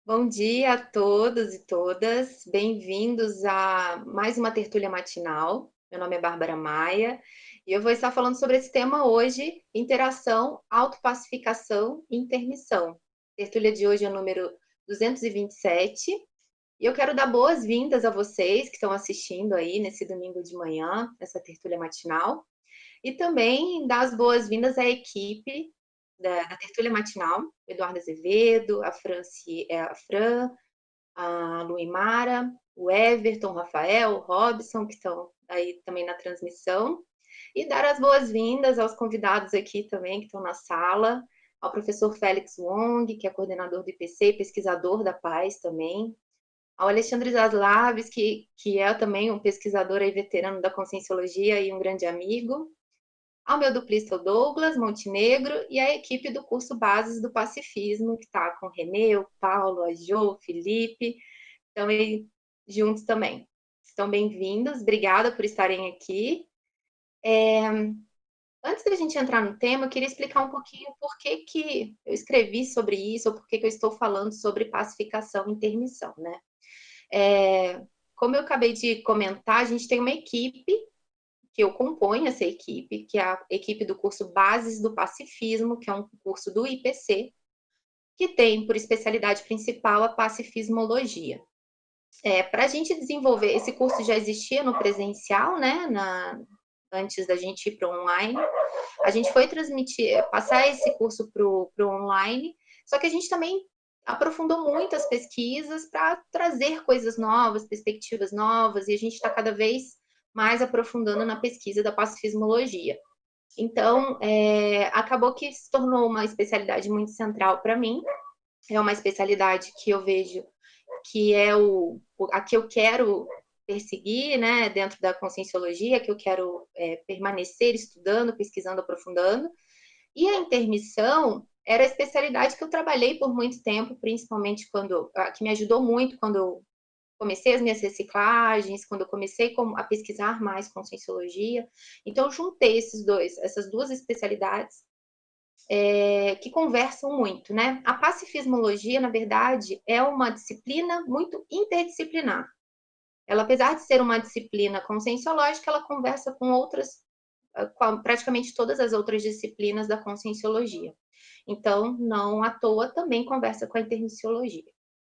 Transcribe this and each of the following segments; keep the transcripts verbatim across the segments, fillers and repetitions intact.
Bom dia a todos e todas, bem-vindos a mais uma tertúlia matinal. Meu nome é Bárbara Maia e eu vou estar falando sobre esse tema hoje: interação, autopacificação e intermissão. A tertúlia de hoje é o número duzentos e vinte e sete e eu quero dar boas-vindas a vocês que estão assistindo aí nesse domingo de manhã, essa tertúlia matinal, e também dar as boas-vindas à equipe da, da tertúlia matinal, o Eduardo Azevedo, a, Franci, é, a Fran, a Luimara, o Everton, o Rafael, o Robson, que estão aí também na transmissão, e dar as boas-vindas aos convidados aqui também que estão na sala, ao professor Félix Wong, que é coordenador do I P C e pesquisador da Paz também, ao Alexandre Zaslaves, que, que é também um pesquisador aí veterano da Conscienciologia e um grande amigo, ao meu duplista Douglas Montenegro e a equipe do curso Bases do Pacifismo, que está com o Renê, o Paulo, a Jo, o Felipe, estão aí juntos também. Estão bem-vindos, obrigada por estarem aqui. É, antes da gente entrar no tema, eu queria explicar um pouquinho por que, que eu escrevi sobre isso, ou por que, que eu estou falando sobre pacificação e intermissão, né? É, como eu acabei de comentar, a gente tem uma equipe que eu componho essa equipe, que é a equipe do curso Bases do Pacifismo, que é um curso do I P C, que tem por especialidade principal a pacifismologia. É, para a gente desenvolver, esse curso já existia no presencial, né, na, antes da gente ir para o online. A gente foi transmitir, passar esse curso para o online, só que a gente também aprofundou muito as pesquisas para trazer coisas novas, perspectivas novas, e a gente está cada vez mais aprofundando na pesquisa da pacifismologia. Então, é, acabou que se tornou uma especialidade muito central para mim, é uma especialidade que eu vejo que é o, a que eu quero perseguir, né, dentro da conscienciologia, que eu quero é, permanecer estudando, pesquisando, aprofundando. E a intermissão era a especialidade que eu trabalhei por muito tempo, principalmente quando, que me ajudou muito quando eu comecei as minhas reciclagens, quando eu comecei a pesquisar mais conscienciologia. Então, eu juntei esses dois, essas duas especialidades é, que conversam muito, né? A pacifismologia, na verdade, é uma disciplina muito interdisciplinar. Ela, apesar de ser uma disciplina conscienciológica, ela conversa com outras, com praticamente todas as outras disciplinas da conscienciologia. Então, não à toa, também conversa com a intermissiologia.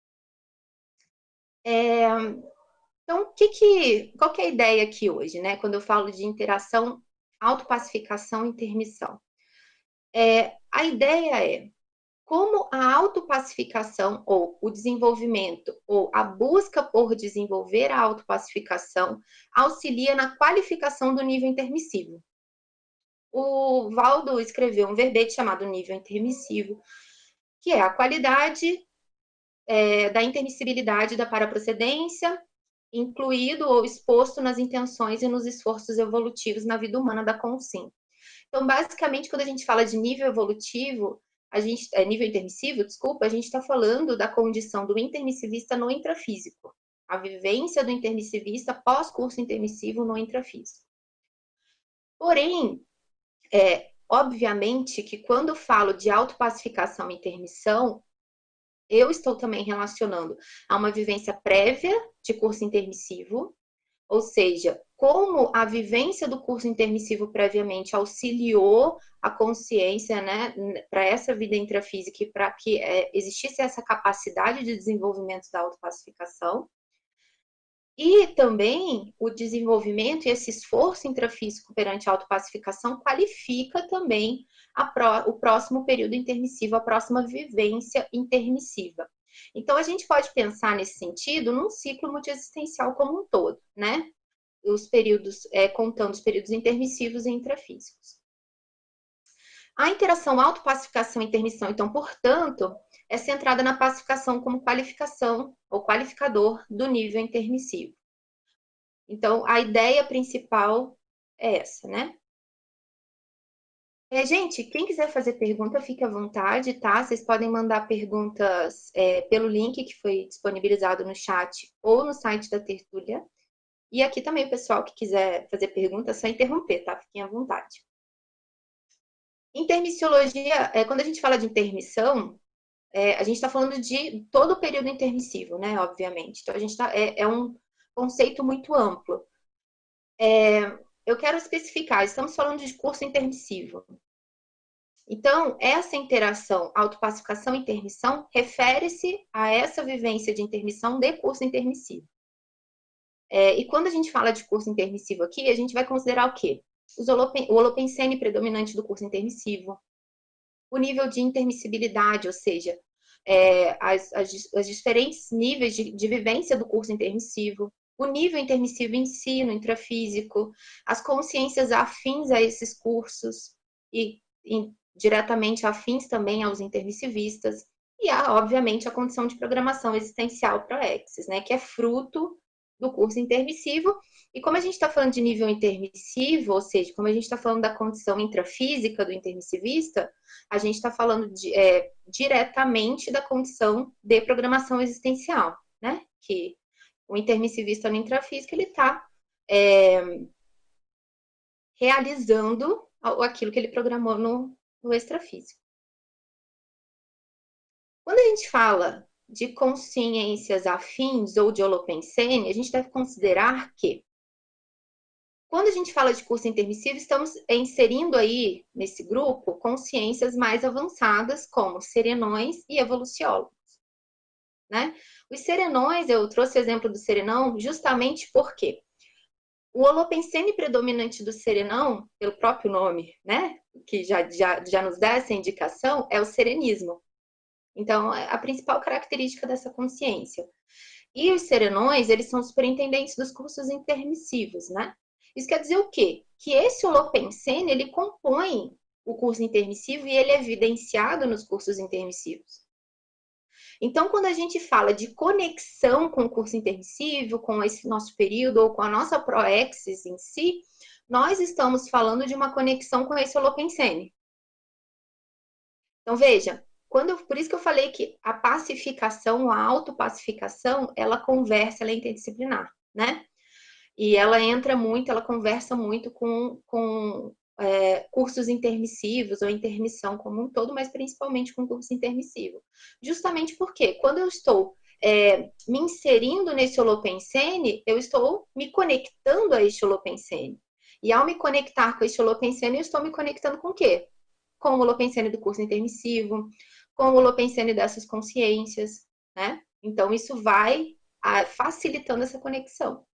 É, então, que que, qual que é a ideia aqui hoje, né? Quando eu falo de interação, autopacificação e intermissão. É, a ideia é como a autopacificação ou o desenvolvimento ou a busca por desenvolver a autopacificação auxilia na qualificação do nível intermissivo. O Valdo escreveu um verbete chamado nível intermissivo, que é a qualidade é, da intermissibilidade da paraprocedência, incluído ou exposto nas intenções e nos esforços evolutivos na vida humana da consciência. Então, basicamente, quando a gente fala de nível evolutivo, a gente, é, nível intermissivo, desculpa, a gente está falando da condição do intermissivista no intrafísico, a vivência do intermissivista pós-curso intermissivo no intrafísico. Porém, é, obviamente que quando falo de autopacificação e intermissão, eu estou também relacionando a uma vivência prévia de curso intermissivo, ou seja, como a vivência do curso intermissivo previamente auxiliou a consciência, né, para essa vida intrafísica e para que é, existisse essa capacidade de desenvolvimento da autopacificação. E também o desenvolvimento e esse esforço intrafísico perante a autopacificação qualifica também a, o próximo período intermissivo, a próxima vivência intermissiva. Então, a gente pode pensar nesse sentido num ciclo multiexistencial como um todo, né? Os períodos, é, contando os períodos intermissivos e intrafísicos. A interação autopacificação e intermissão, então, portanto, é centrada na pacificação como qualificação ou qualificador do nível intermissivo. Então, a ideia principal é essa, né? É, gente, quem quiser fazer pergunta, fique à vontade, tá? Vocês podem mandar perguntas é, pelo link que foi disponibilizado no chat ou no site da Tertúlia. E aqui também o pessoal que quiser fazer pergunta, é só interromper, tá? Fiquem à vontade. Intermissiologia, é, quando a gente fala de intermissão, é, a gente está falando de todo o período intermissivo, né? Obviamente. Então, a gente tá, é, é um conceito muito amplo. É, eu quero especificar, estamos falando de curso intermissivo. Então, essa interação, autopacificação e intermissão, refere-se a essa vivência de intermissão de curso intermissivo. É, e quando a gente fala de curso intermissivo aqui, a gente vai considerar o quê? Os holopen, o holopensene predominante do curso intermissivo, o nível de intermissibilidade, ou seja, é, as, as, as, diferentes níveis de, de vivência do curso intermissivo, o nível intermissivo em si, no intrafísico, as consciências afins a esses cursos e, e diretamente afins também aos intermissivistas, e, há, obviamente, a condição de programação existencial ProExis, né, que é fruto do curso intermissivo. E como a gente está falando de nível intermissivo, ou seja, como a gente está falando da condição intrafísica do intermissivista, a gente está falando de, é, diretamente da condição de programação existencial, né? Que o intermissivista no intrafísico, ele está é, realizando aquilo que ele programou no, no extrafísico. Quando a gente fala de consciências afins ou de holopensene, a gente deve considerar que quando a gente fala de curso intermissivo, estamos inserindo aí nesse grupo consciências mais avançadas, como serenões e evoluciólogos, né? Os serenões, eu trouxe o exemplo do serenão justamente porque o holopensene predominante do serenão, pelo próprio nome, né? Que já, já, já nos dá essa indicação, é o serenismo. Então, a principal característica dessa consciência. E os serenões, eles são superintendentes dos cursos intermissivos, né? Isso quer dizer o quê? Que esse holopensene, ele compõe o curso intermissivo e ele é evidenciado nos cursos intermissivos. Então, quando a gente fala de conexão com o curso intermissivo, com esse nosso período ou com a nossa ProExis em si, nós estamos falando de uma conexão com esse holopensene. Então, veja, quando, por isso que eu falei que a pacificação, a autopacificação, ela conversa, ela é interdisciplinar, né? E ela entra muito, ela conversa muito com, com é, cursos intermissivos ou intermissão como um todo, mas principalmente com curso intermissivo. Justamente porque quando eu estou é, me inserindo nesse holopensene, eu estou me conectando a este holopensene. E ao me conectar com este holopensene, eu estou me conectando com o quê? Com o holopensene do curso intermissivo, com o holopensene dessas consciências, né? Então, isso vai a, facilitando essa conexão.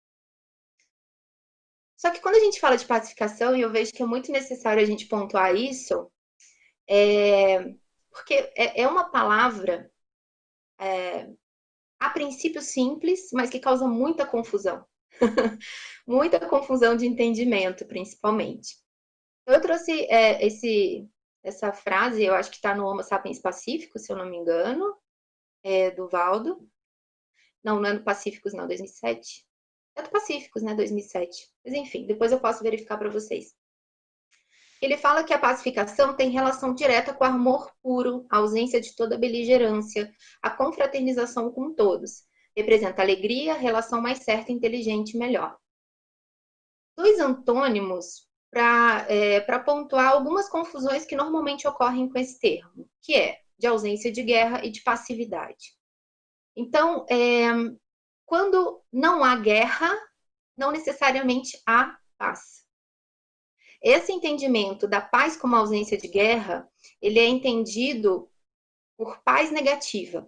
Só que quando a gente fala de pacificação, e eu vejo que é muito necessário a gente pontuar isso, é, porque é, é uma palavra, é, a princípio simples, mas que causa muita confusão. Muita confusão de entendimento, principalmente. Eu trouxe é, esse, essa frase, eu acho que está no Homo Sapiens Pacífico, se eu não me engano, é, do Valdo. Não, não é no Pacíficos, não, dois mil e sete. É do Pacíficos, né, dois mil e sete. Mas enfim, depois eu posso verificar para vocês. Ele fala que a pacificação tem relação direta com o amor puro, a ausência de toda beligerância, a confraternização com todos. Representa alegria, relação mais certa, inteligente e melhor. Dois antônimos para é, pontuar algumas confusões que normalmente ocorrem com esse termo, que é de ausência de guerra e de passividade. Então, é, quando não há guerra, não necessariamente há paz. Esse entendimento da paz como ausência de guerra, ele é entendido por paz negativa.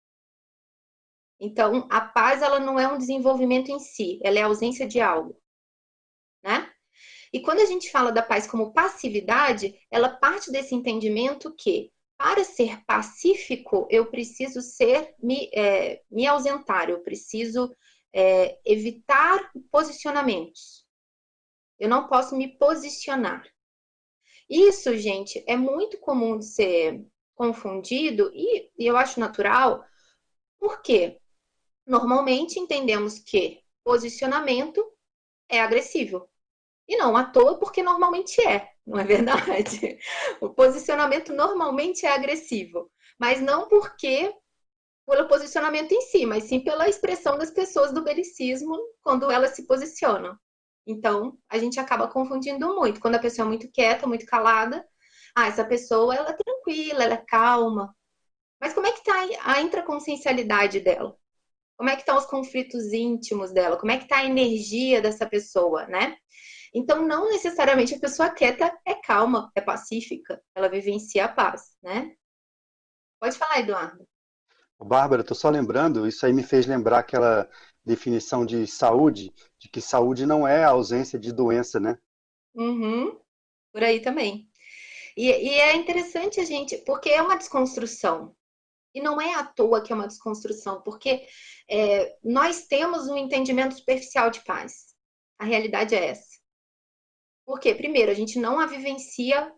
Então, a paz, ela não é um desenvolvimento em si, ela é a ausência de algo, né? E quando a gente fala da paz como passividade, ela parte desse entendimento que, para ser pacífico, eu preciso ser, me, é, me ausentar, eu preciso é, evitar posicionamentos. Eu não posso me posicionar. Isso, gente, é muito comum de ser confundido e, e eu acho natural, porque normalmente entendemos que posicionamento é agressivo. E não à toa, porque normalmente é, não é verdade? O posicionamento normalmente é agressivo, mas não porque pelo posicionamento em si, mas sim pela expressão das pessoas do belicismo quando elas se posicionam. Então, a gente acaba confundindo muito. Quando a pessoa é muito quieta, muito calada, ah, essa pessoa ela é tranquila, ela é calma. Mas como é que está a intraconsciencialidade dela? Como é que estão os conflitos íntimos dela? Como é que está a energia dessa pessoa, né? Então, não necessariamente a pessoa quieta é calma, é pacífica, ela vivencia a paz, né? Pode falar, Eduardo. Bárbara, estou só lembrando, isso aí me fez lembrar aquela definição de saúde, de que saúde não é a ausência de doença, né? Uhum, por aí também. E, e é interessante a gente, porque é uma desconstrução. E não é à toa que é uma desconstrução, porque é, nós temos um entendimento superficial de paz. A realidade é essa. Por quê? Primeiro, a gente não a vivencia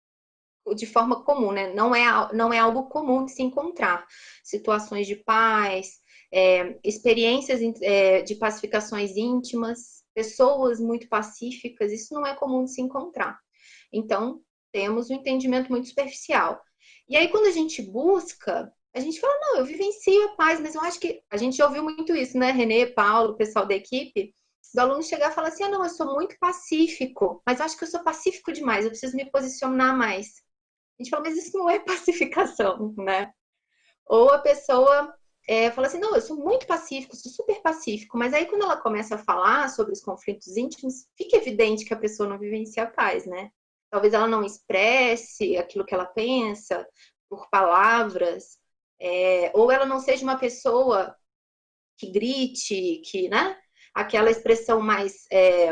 de forma comum, né? Não é, não é algo comum de se encontrar. Situações de paz, é, experiências é, de pacificações íntimas, pessoas muito pacíficas, isso não é comum de se encontrar. Então, temos um entendimento muito superficial. E aí, quando a gente busca, a gente fala, não, eu vivencio a paz, mas eu acho que a gente já ouviu muito isso, né? Renê, Paulo, o pessoal da equipe, do aluno chegar e falar assim, ah, não, eu sou muito pacífico, mas eu acho que eu sou pacífico demais, eu preciso me posicionar mais. A gente fala, mas isso não é pacificação, né? Ou a pessoa é, fala assim, não, eu sou muito pacífico, sou super pacífico, mas aí quando ela começa a falar sobre os conflitos íntimos, fica evidente que a pessoa não vivencia a paz, né? Talvez ela não expresse aquilo que ela pensa por palavras, é, ou ela não seja uma pessoa que grite, que, né? Aquela expressão mais é,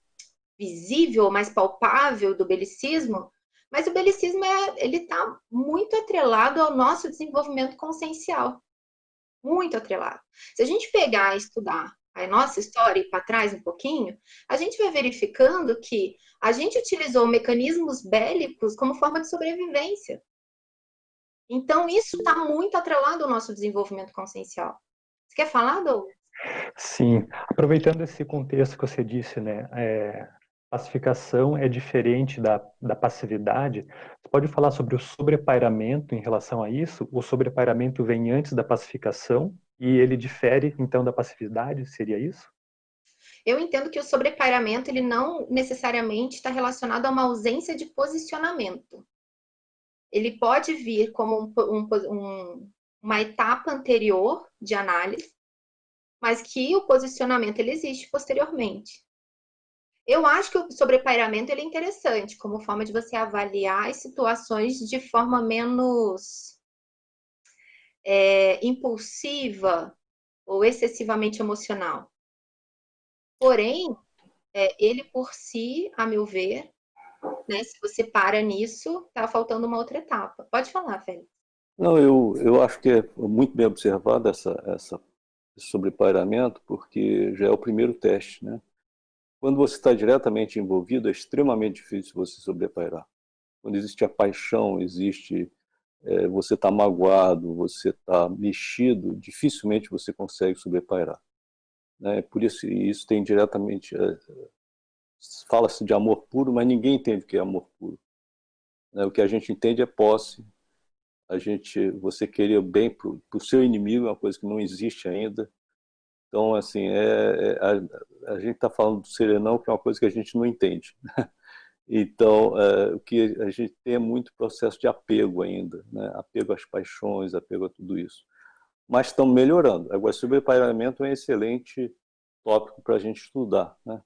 visível, mais palpável do belicismo, mas o belicismo é, ele está muito atrelado ao nosso desenvolvimento consciencial, muito atrelado. Se a gente pegar e estudar a nossa história e ir para trás um pouquinho, a gente vai verificando que a gente utilizou mecanismos bélicos como forma de sobrevivência. Então, isso está muito atrelado ao nosso desenvolvimento consciencial. Você quer falar, Douglas? Sim, aproveitando esse contexto que você disse, né, é, pacificação é diferente da, da passividade. Você pode falar sobre o sobrepairamento em relação a isso? O sobrepairamento vem antes da pacificação e ele difere, então, da passividade? Seria isso? Eu entendo que o sobrepairamento ele não necessariamente está relacionado a uma ausência de posicionamento. Ele pode vir como um, um, um, uma etapa anterior de análise, mas que o posicionamento ele existe posteriormente. Eu acho que o sobrepairamento ele é interessante como forma de você avaliar as situações de forma menos é, impulsiva ou excessivamente emocional. Porém, é, ele por si, a meu ver, né, se você para nisso, está faltando uma outra etapa. Pode falar, Félix. Não, eu, eu acho que é muito bem observado essa, essa, esse sobrepairamento, porque já é o primeiro teste, né? Quando você está diretamente envolvido, é extremamente difícil você sobrepairar. Quando existe a paixão, existe é, você está magoado, você está mexido, dificilmente você consegue sobrepairar. Né? Por isso, isso tem diretamente... É, fala-se de amor puro, mas ninguém entende o que é amor puro. Né? O que a gente entende é posse. A gente, você querer o bem para o seu inimigo é uma coisa que não existe ainda. Então, assim, é, é, a, a gente está falando do serenão, que é uma coisa que a gente não entende. Então, é, o que a gente tem é muito processo de apego ainda, né? Apego às paixões, apego a tudo isso. Mas estamos melhorando. Agora, sobrepairamento é um excelente tópico para a gente estudar, né?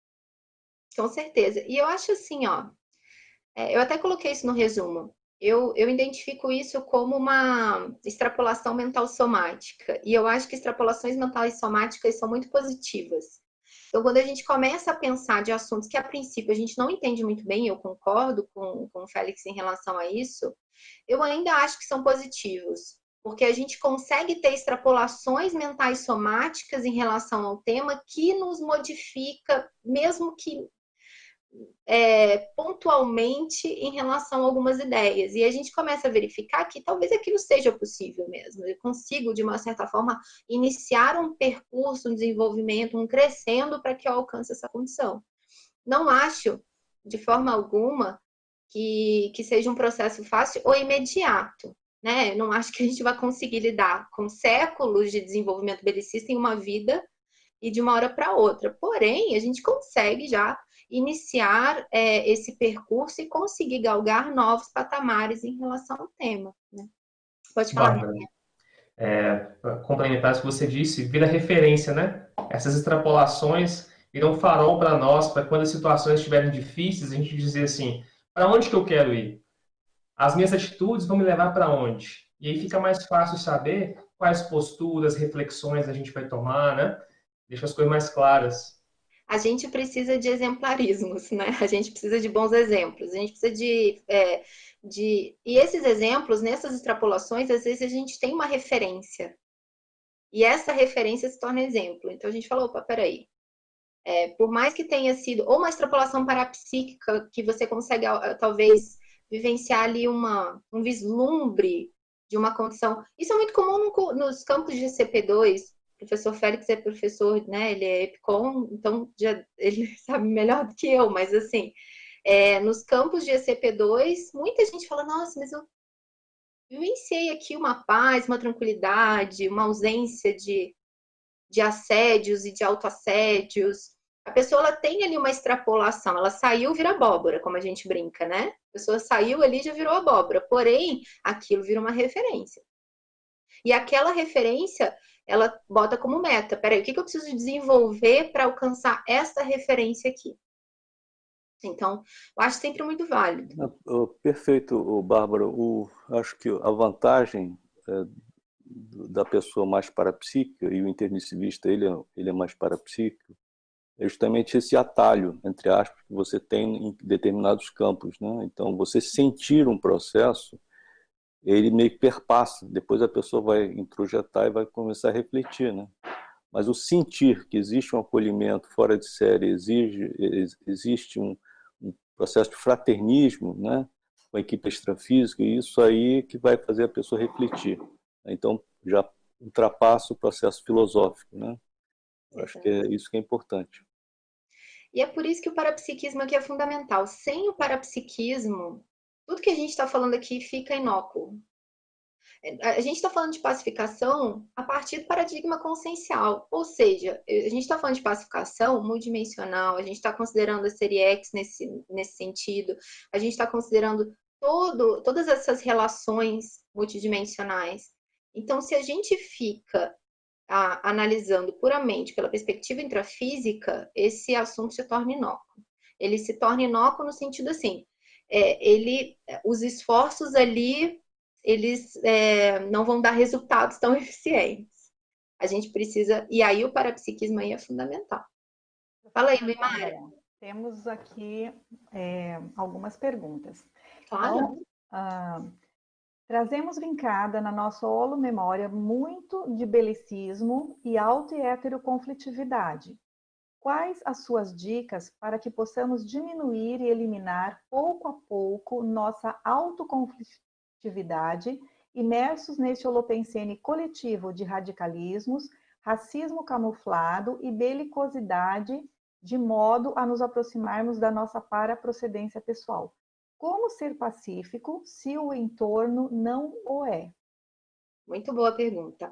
Com certeza. E eu acho assim, ó, é, eu até coloquei isso no resumo. Eu, eu identifico isso como uma extrapolação mental somática. E eu acho que extrapolações mentais somáticas são muito positivas. Então, quando a gente começa a pensar de assuntos que, a princípio, a gente não entende muito bem, eu concordo com, com o Félix em relação a isso, eu ainda acho que são positivos. Porque a gente consegue ter extrapolações mentais somáticas em relação ao tema que nos modifica, mesmo que é, pontualmente em relação a algumas ideias. E a gente começa a verificar que talvez aquilo seja possível mesmo. Eu consigo, de uma certa forma, iniciar um percurso, um desenvolvimento, um crescendo para que eu alcance essa condição. Não acho, de forma alguma, que, que seja um processo fácil ou imediato. Né? Não acho que a gente vai conseguir lidar com séculos de desenvolvimento belicista em uma vida e de uma hora para outra. Porém, a gente consegue já iniciar é, esse percurso e conseguir galgar novos patamares em relação ao tema. Né? Pode falar. Bárbara, é, para complementar isso que você disse, vira referência, né? Essas extrapolações viram farol para nós, para quando as situações estiverem difíceis, a gente dizer assim, para onde que eu quero ir? As minhas atitudes vão me levar para onde? E aí fica mais fácil saber quais posturas, reflexões a gente vai tomar, né? Deixa as coisas mais claras. A gente precisa de exemplarismos, né? A gente precisa de bons exemplos. A gente precisa de, é, de... E esses exemplos, nessas extrapolações, às vezes a gente tem uma referência. E essa referência se torna exemplo. Então a gente falou, opa, peraí. É, por mais que tenha sido ou uma extrapolação parapsíquica, que você consegue talvez vivenciar ali uma, um vislumbre de uma condição. Isso é muito comum no, nos campos de C P dois. O professor Félix é professor, né? Ele é EPICOM, então já, ele sabe melhor do que eu, mas assim, é, nos campos de E C P dois, muita gente fala, nossa, mas eu vivenciei aqui uma paz, uma tranquilidade, uma ausência de, de assédios e de autoassédios. A pessoa ela tem ali uma extrapolação, ela saiu, vira abóbora, como a gente brinca, né? A pessoa saiu ali, já virou abóbora, porém, aquilo vira uma referência. E aquela referência, ela bota como meta, peraí, o que eu preciso desenvolver para alcançar essa referência aqui? Então, eu acho sempre muito válido. Perfeito, Bárbara. O, acho que a vantagem é, da pessoa mais parapsíquica, e o intermissivista ele é, ele é mais parapsíquico, é justamente esse atalho, entre aspas, que você tem em determinados campos, né? Então, você sentir um processo, ele meio que perpassa, depois a pessoa vai introjetar e vai começar a refletir, né? Mas o sentir que existe um acolhimento fora de série, exige, existe um, um processo de fraternismo, né? Com a equipe extrafísica, e isso aí que vai fazer a pessoa refletir. Então, já ultrapassa o processo filosófico, né? Eu acho que é isso que é importante. E é por isso que o parapsiquismo aqui é fundamental. Sem o parapsiquismo, tudo que a gente está falando aqui fica inócuo. A gente está falando de pacificação a partir do paradigma consciencial, ou seja, a gente está falando de pacificação multidimensional, a gente está considerando a série X nesse, nesse sentido, a gente está considerando todo, todas essas relações multidimensionais. Então, se a gente fica a, analisando puramente pela perspectiva intrafísica, esse assunto se torna inócuo. Ele se torna inócuo no sentido assim, é, ele, os esforços ali eles é, não vão dar resultados tão eficientes. A gente precisa... E aí o parapsiquismo aí é fundamental. Fala aí, Luimara. Temos aqui é, algumas perguntas. Claro. Então, ah, trazemos linkada na nossa holomemória muito de belicismo e auto e heteroconflitividade. Quais as suas dicas para que possamos diminuir e eliminar pouco a pouco nossa autoconflitividade atividade, imersos neste holopensene coletivo de radicalismos, racismo camuflado e belicosidade, de modo a nos aproximarmos da nossa paraprocedência pessoal? Como ser pacífico se o entorno não o é? Muito boa pergunta.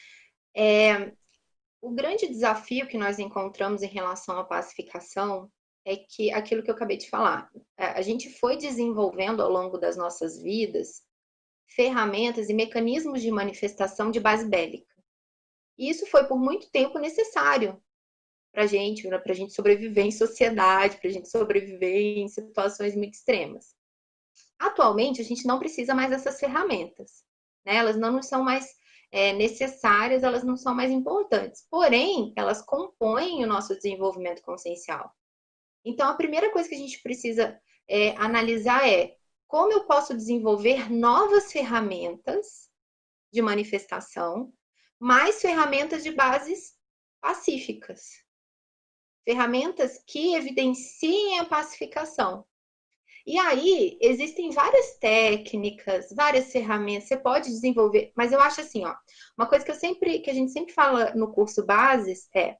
É, o grande desafio que nós encontramos em relação à pacificação é que aquilo que eu acabei de falar, a gente foi desenvolvendo ao longo das nossas vidas ferramentas e mecanismos de manifestação de base bélica. E isso foi por muito tempo necessário para a gente, para a gente sobreviver em sociedade, para a gente sobreviver em situações muito extremas. Atualmente, a gente não precisa mais dessas ferramentas, né? Elas não são mais é, necessárias, elas não são mais importantes. Porém, elas compõem o nosso desenvolvimento consciencial. Então, a primeira coisa que a gente precisa é, analisar é como eu posso desenvolver novas ferramentas de manifestação, mais ferramentas de bases pacíficas. Ferramentas que evidenciem a pacificação. E aí, existem várias técnicas, várias ferramentas, você pode desenvolver, mas eu acho assim, ó, uma coisa que eu sempre, que a gente sempre fala no curso Bases é: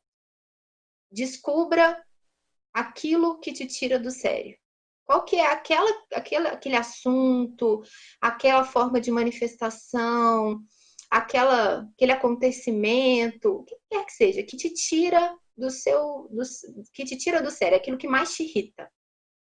descubra aquilo que te tira do sério. Qual que é aquela, aquele, aquele assunto, aquela forma de manifestação, aquela, aquele acontecimento, o que quer que seja, que te tira do seu, do, que te tira do sério, aquilo que mais te irrita.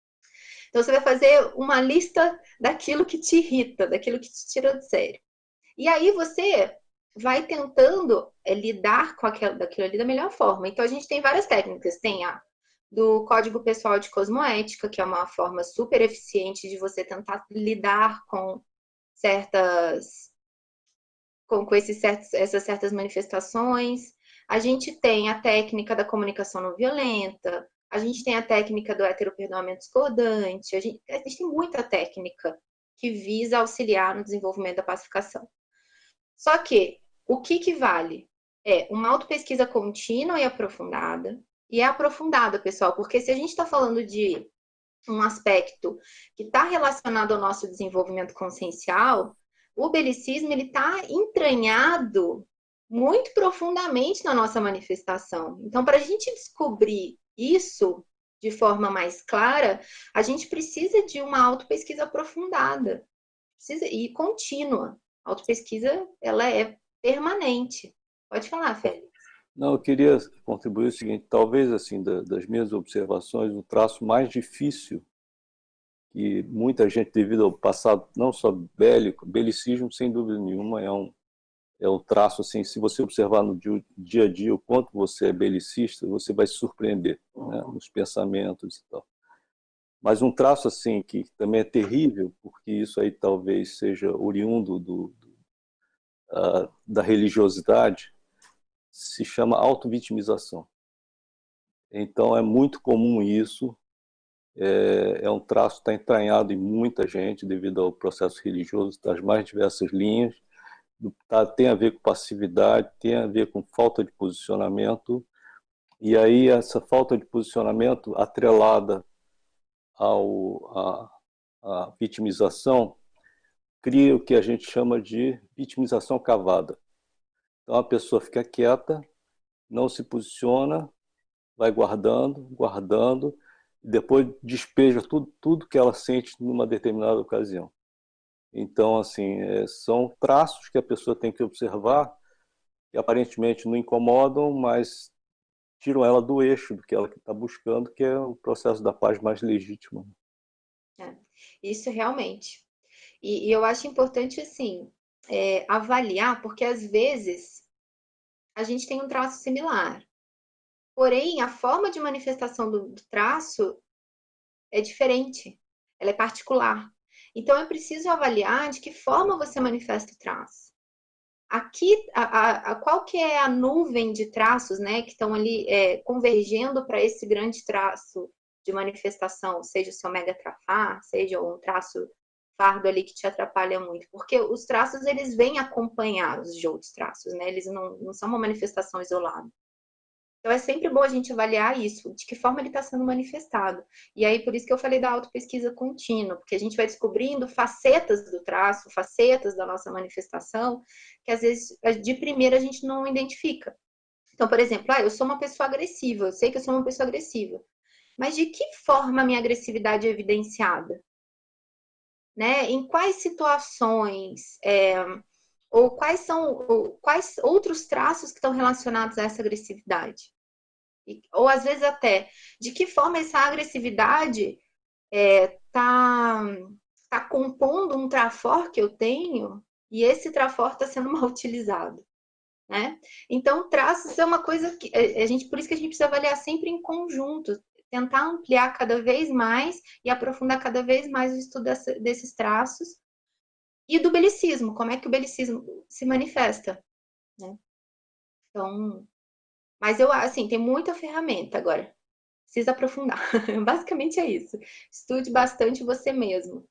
Então, você vai fazer uma lista daquilo que te irrita, daquilo que te tira do sério. E aí você vai tentando é, lidar com aquilo, daquilo ali da melhor forma. Então, a gente tem várias técnicas. Tem a do Código Pessoal de Cosmoética, que é uma forma super eficiente de você tentar lidar com certas com, com esses certos, essas certas manifestações. A gente tem a técnica da comunicação não violenta, a gente tem a técnica do heteroperdoamento discordante, a gente, a gente tem muita técnica que visa auxiliar no desenvolvimento da pacificação. Só que, o que, que vale? É uma autopesquisa contínua e aprofundada. E é aprofundada, pessoal, porque se a gente está falando de um aspecto que está relacionado ao nosso desenvolvimento consciencial, o belicismo está entranhado muito profundamente na nossa manifestação. Então, para a gente descobrir isso de forma mais clara, a gente precisa de uma autopesquisa aprofundada precisa, e contínua. A autopesquisa, ela é permanente. Pode falar, Félix. Não, eu queria contribuir o seguinte, talvez assim, da, das minhas observações, o traço mais difícil que muita gente, devido ao passado não só bélico, belicismo, sem dúvida nenhuma, é um, é um traço, assim, se você observar no dia, dia a dia o quanto você é belicista, você vai se surpreender, né, nos pensamentos e tal. Mas um traço, assim, que também é terrível, porque isso aí talvez seja oriundo do, do, uh, da religiosidade, se chama autovitimização. Então, é muito comum isso, é, é um traço que está entranhado em muita gente devido ao processo religioso das mais diversas linhas, tá, tem a ver com passividade, tem a ver com falta de posicionamento, e aí essa falta de posicionamento atrelada ao, a, a vitimização cria o que a gente chama de vitimização cavada. Então a pessoa fica quieta, não se posiciona, vai guardando, guardando, e depois despeja tudo, tudo que ela sente numa determinada ocasião. Então, assim, é, são traços que a pessoa tem que observar, que aparentemente não incomodam, mas tiram ela do eixo do que ela está buscando, que é o processo da paz mais legítimo. É, isso realmente. E, e eu acho importante, assim, é, avaliar, porque às vezes a gente tem um traço similar. Porém, a forma de manifestação do, do traço é diferente, ela é particular. Então, é preciso avaliar de que forma você manifesta o traço. Aqui, a, a, a qual que é a nuvem de traços, né, que estão ali é, convergendo para esse grande traço de manifestação, seja o seu mega trafar, seja um traço fardo ali que te atrapalha muito, porque os traços, eles vêm acompanhar os outros traços, né, eles não, não são uma manifestação isolada. Então, é sempre bom a gente avaliar isso, de que forma ele está sendo manifestado. E aí, por isso que eu falei da autopesquisa contínua, porque a gente vai descobrindo facetas do traço, facetas da nossa manifestação, que às vezes, de primeira, a gente não identifica. Então, por exemplo, ah, eu sou uma pessoa agressiva, eu sei que eu sou uma pessoa agressiva. Mas de que forma a minha agressividade é evidenciada? Né? Em quais situações? É, ou quais são ou quais outros traços que estão relacionados a essa agressividade? E, ou às vezes até, de que forma essa agressividade está é, tá compondo um trafor que eu tenho e esse trafor está sendo mal utilizado. Né? Então, traços é uma coisa que a gente, por isso que a gente precisa avaliar sempre em conjunto, tentar ampliar cada vez mais e aprofundar cada vez mais o estudo dessa, desses traços e do belicismo, como é que o belicismo se manifesta. Né? Então, mas eu, assim, tem muita ferramenta agora. Precisa aprofundar. Basicamente é isso. Estude bastante você mesmo.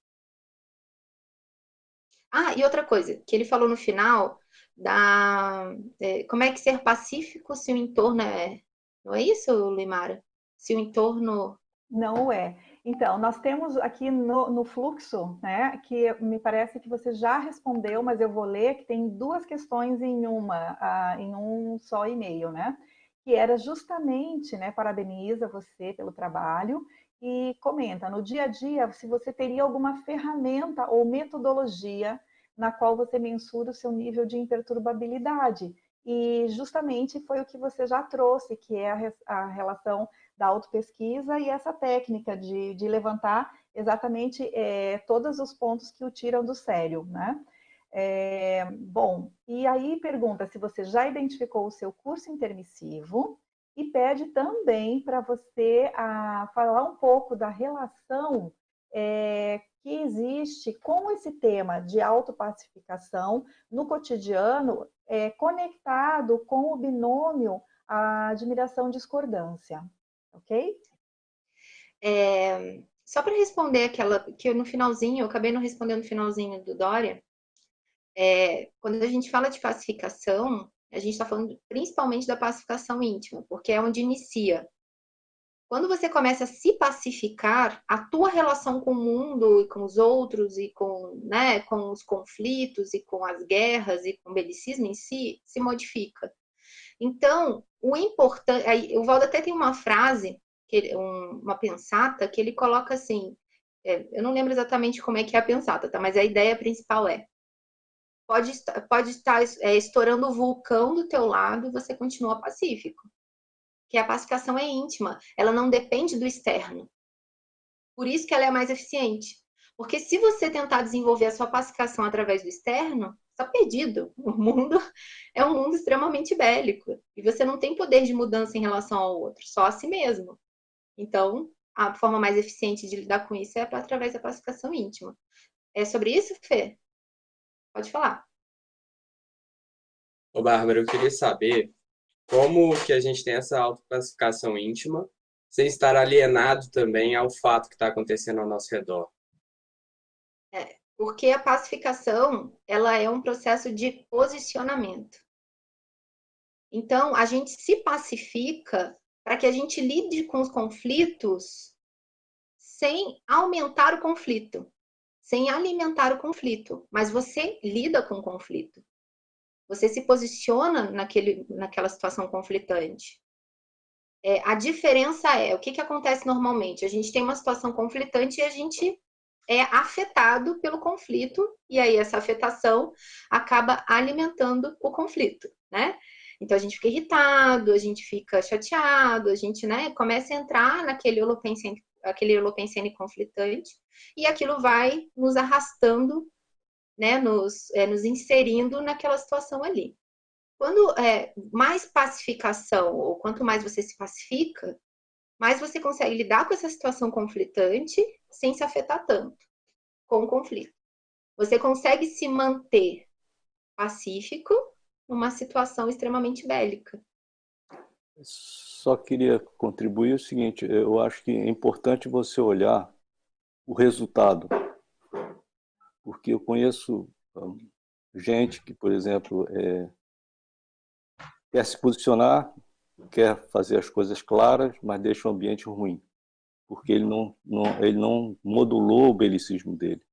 Ah, e outra coisa, que ele falou no final, da é, como é que ser pacífico se o entorno é... Não é isso, Limara? Se o entorno... Não é. Então, nós temos aqui no, no fluxo, né, que me parece que você já respondeu, mas eu vou ler, que tem duas questões em uma, uh, em um só e-mail, né? Que era justamente, né, parabeniza você pelo trabalho e comenta, no dia a dia, se você teria alguma ferramenta ou metodologia na qual você mensura o seu nível de imperturbabilidade. E justamente foi o que você já trouxe, que é a, a relação da autopesquisa e essa técnica de, de levantar exatamente é, todos os pontos que o tiram do sério, né? É, bom, e aí pergunta se você já identificou o seu curso intermissivo e pede também para você a, falar um pouco da relação é, que existe com esse tema de autopacificação no cotidiano, é, conectado com o binômio a admiração-discordância, ok? É, só para responder aquela que eu, no finalzinho, eu acabei não respondendo no finalzinho do Dória, é, quando a gente fala de pacificação, a gente está falando principalmente da pacificação íntima, porque é onde inicia. Quando você começa a se pacificar, a tua relação com o mundo e com os outros e com, né, com os conflitos e com as guerras e com o belicismo em si se modifica. Então, o importante, o Valdo até tem uma frase, que, um, uma pensata, que ele coloca assim, é, eu não lembro exatamente como é que é a pensata, tá? Mas a ideia principal é, pode, pode estar é, estourando o vulcão do teu lado e você continua pacífico. Que a pacificação é íntima, ela não depende do externo. Por isso que ela é mais eficiente. Porque se você tentar desenvolver a sua pacificação através do externo, está perdido. O mundo é um mundo extremamente bélico. E você não tem poder de mudança em relação ao outro, só a si mesmo. Então, a forma mais eficiente de lidar com isso é através da pacificação íntima. É sobre isso, Fê? Pode falar. Ô, Bárbara, eu queria saber como que a gente tem essa autoclassificação íntima sem estar alienado também ao fato que está acontecendo ao nosso redor. É, porque a pacificação, ela é um processo de posicionamento. Então, a gente se pacifica para que a gente lide com os conflitos sem aumentar o conflito, sem alimentar o conflito, mas você lida com o conflito. Você se posiciona naquele, naquela situação conflitante. É, a diferença é, o que, que acontece normalmente? A gente tem uma situação conflitante e a gente é afetado pelo conflito, e aí essa afetação acaba alimentando o conflito, né? Então a gente fica irritado, a gente fica chateado, a gente, né, começa a entrar naquele holopensene, aquele holopensene conflitante, e aquilo vai nos arrastando, né, nos, é, nos inserindo naquela situação ali. Quando é mais pacificação, ou quanto mais você se pacifica, mais você consegue lidar com essa situação conflitante sem se afetar tanto com o conflito. Você consegue se manter pacífico numa situação extremamente bélica. Só queria contribuir o seguinte, eu acho que é importante você olhar o resultado, porque eu conheço gente que, por exemplo, é, quer se posicionar, quer fazer as coisas claras, mas deixa o ambiente ruim, porque ele não, não, ele não modulou o belicismo dele.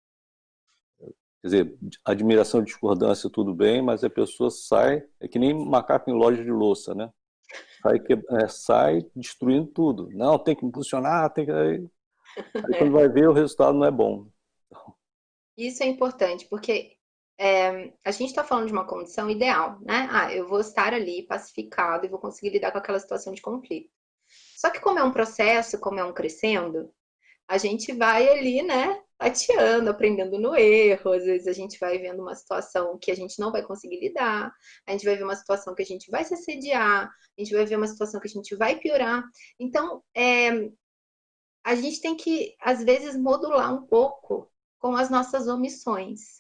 Quer dizer, admiração e discordância, tudo bem, mas a pessoa sai, é que nem macaco em loja de louça, né? Sai, que, é, sai destruindo tudo. Não, tem que me posicionar, tem que... Aí, aí quando vai ver, o resultado não é bom. Isso é importante, porque é, a gente está falando de uma condição ideal, né? Ah, eu vou estar ali pacificado e vou conseguir lidar com aquela situação de conflito. Só que como é um processo, como é um crescendo, a gente vai ali, né, tateando, aprendendo no erro. Às vezes a gente vai vendo uma situação que a gente não vai conseguir lidar, a gente vai ver uma situação que a gente vai se assediar, a gente vai ver uma situação que a gente vai piorar. Então, é, a gente tem que, às vezes, modular um pouco com as nossas omissões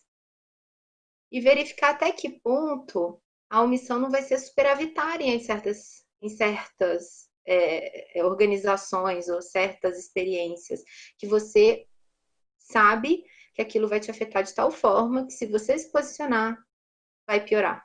e verificar até que ponto a omissão não vai ser superavitária em certas, em certas é, organizações ou certas experiências, que você sabe que aquilo vai te afetar de tal forma que, se você se posicionar, vai piorar.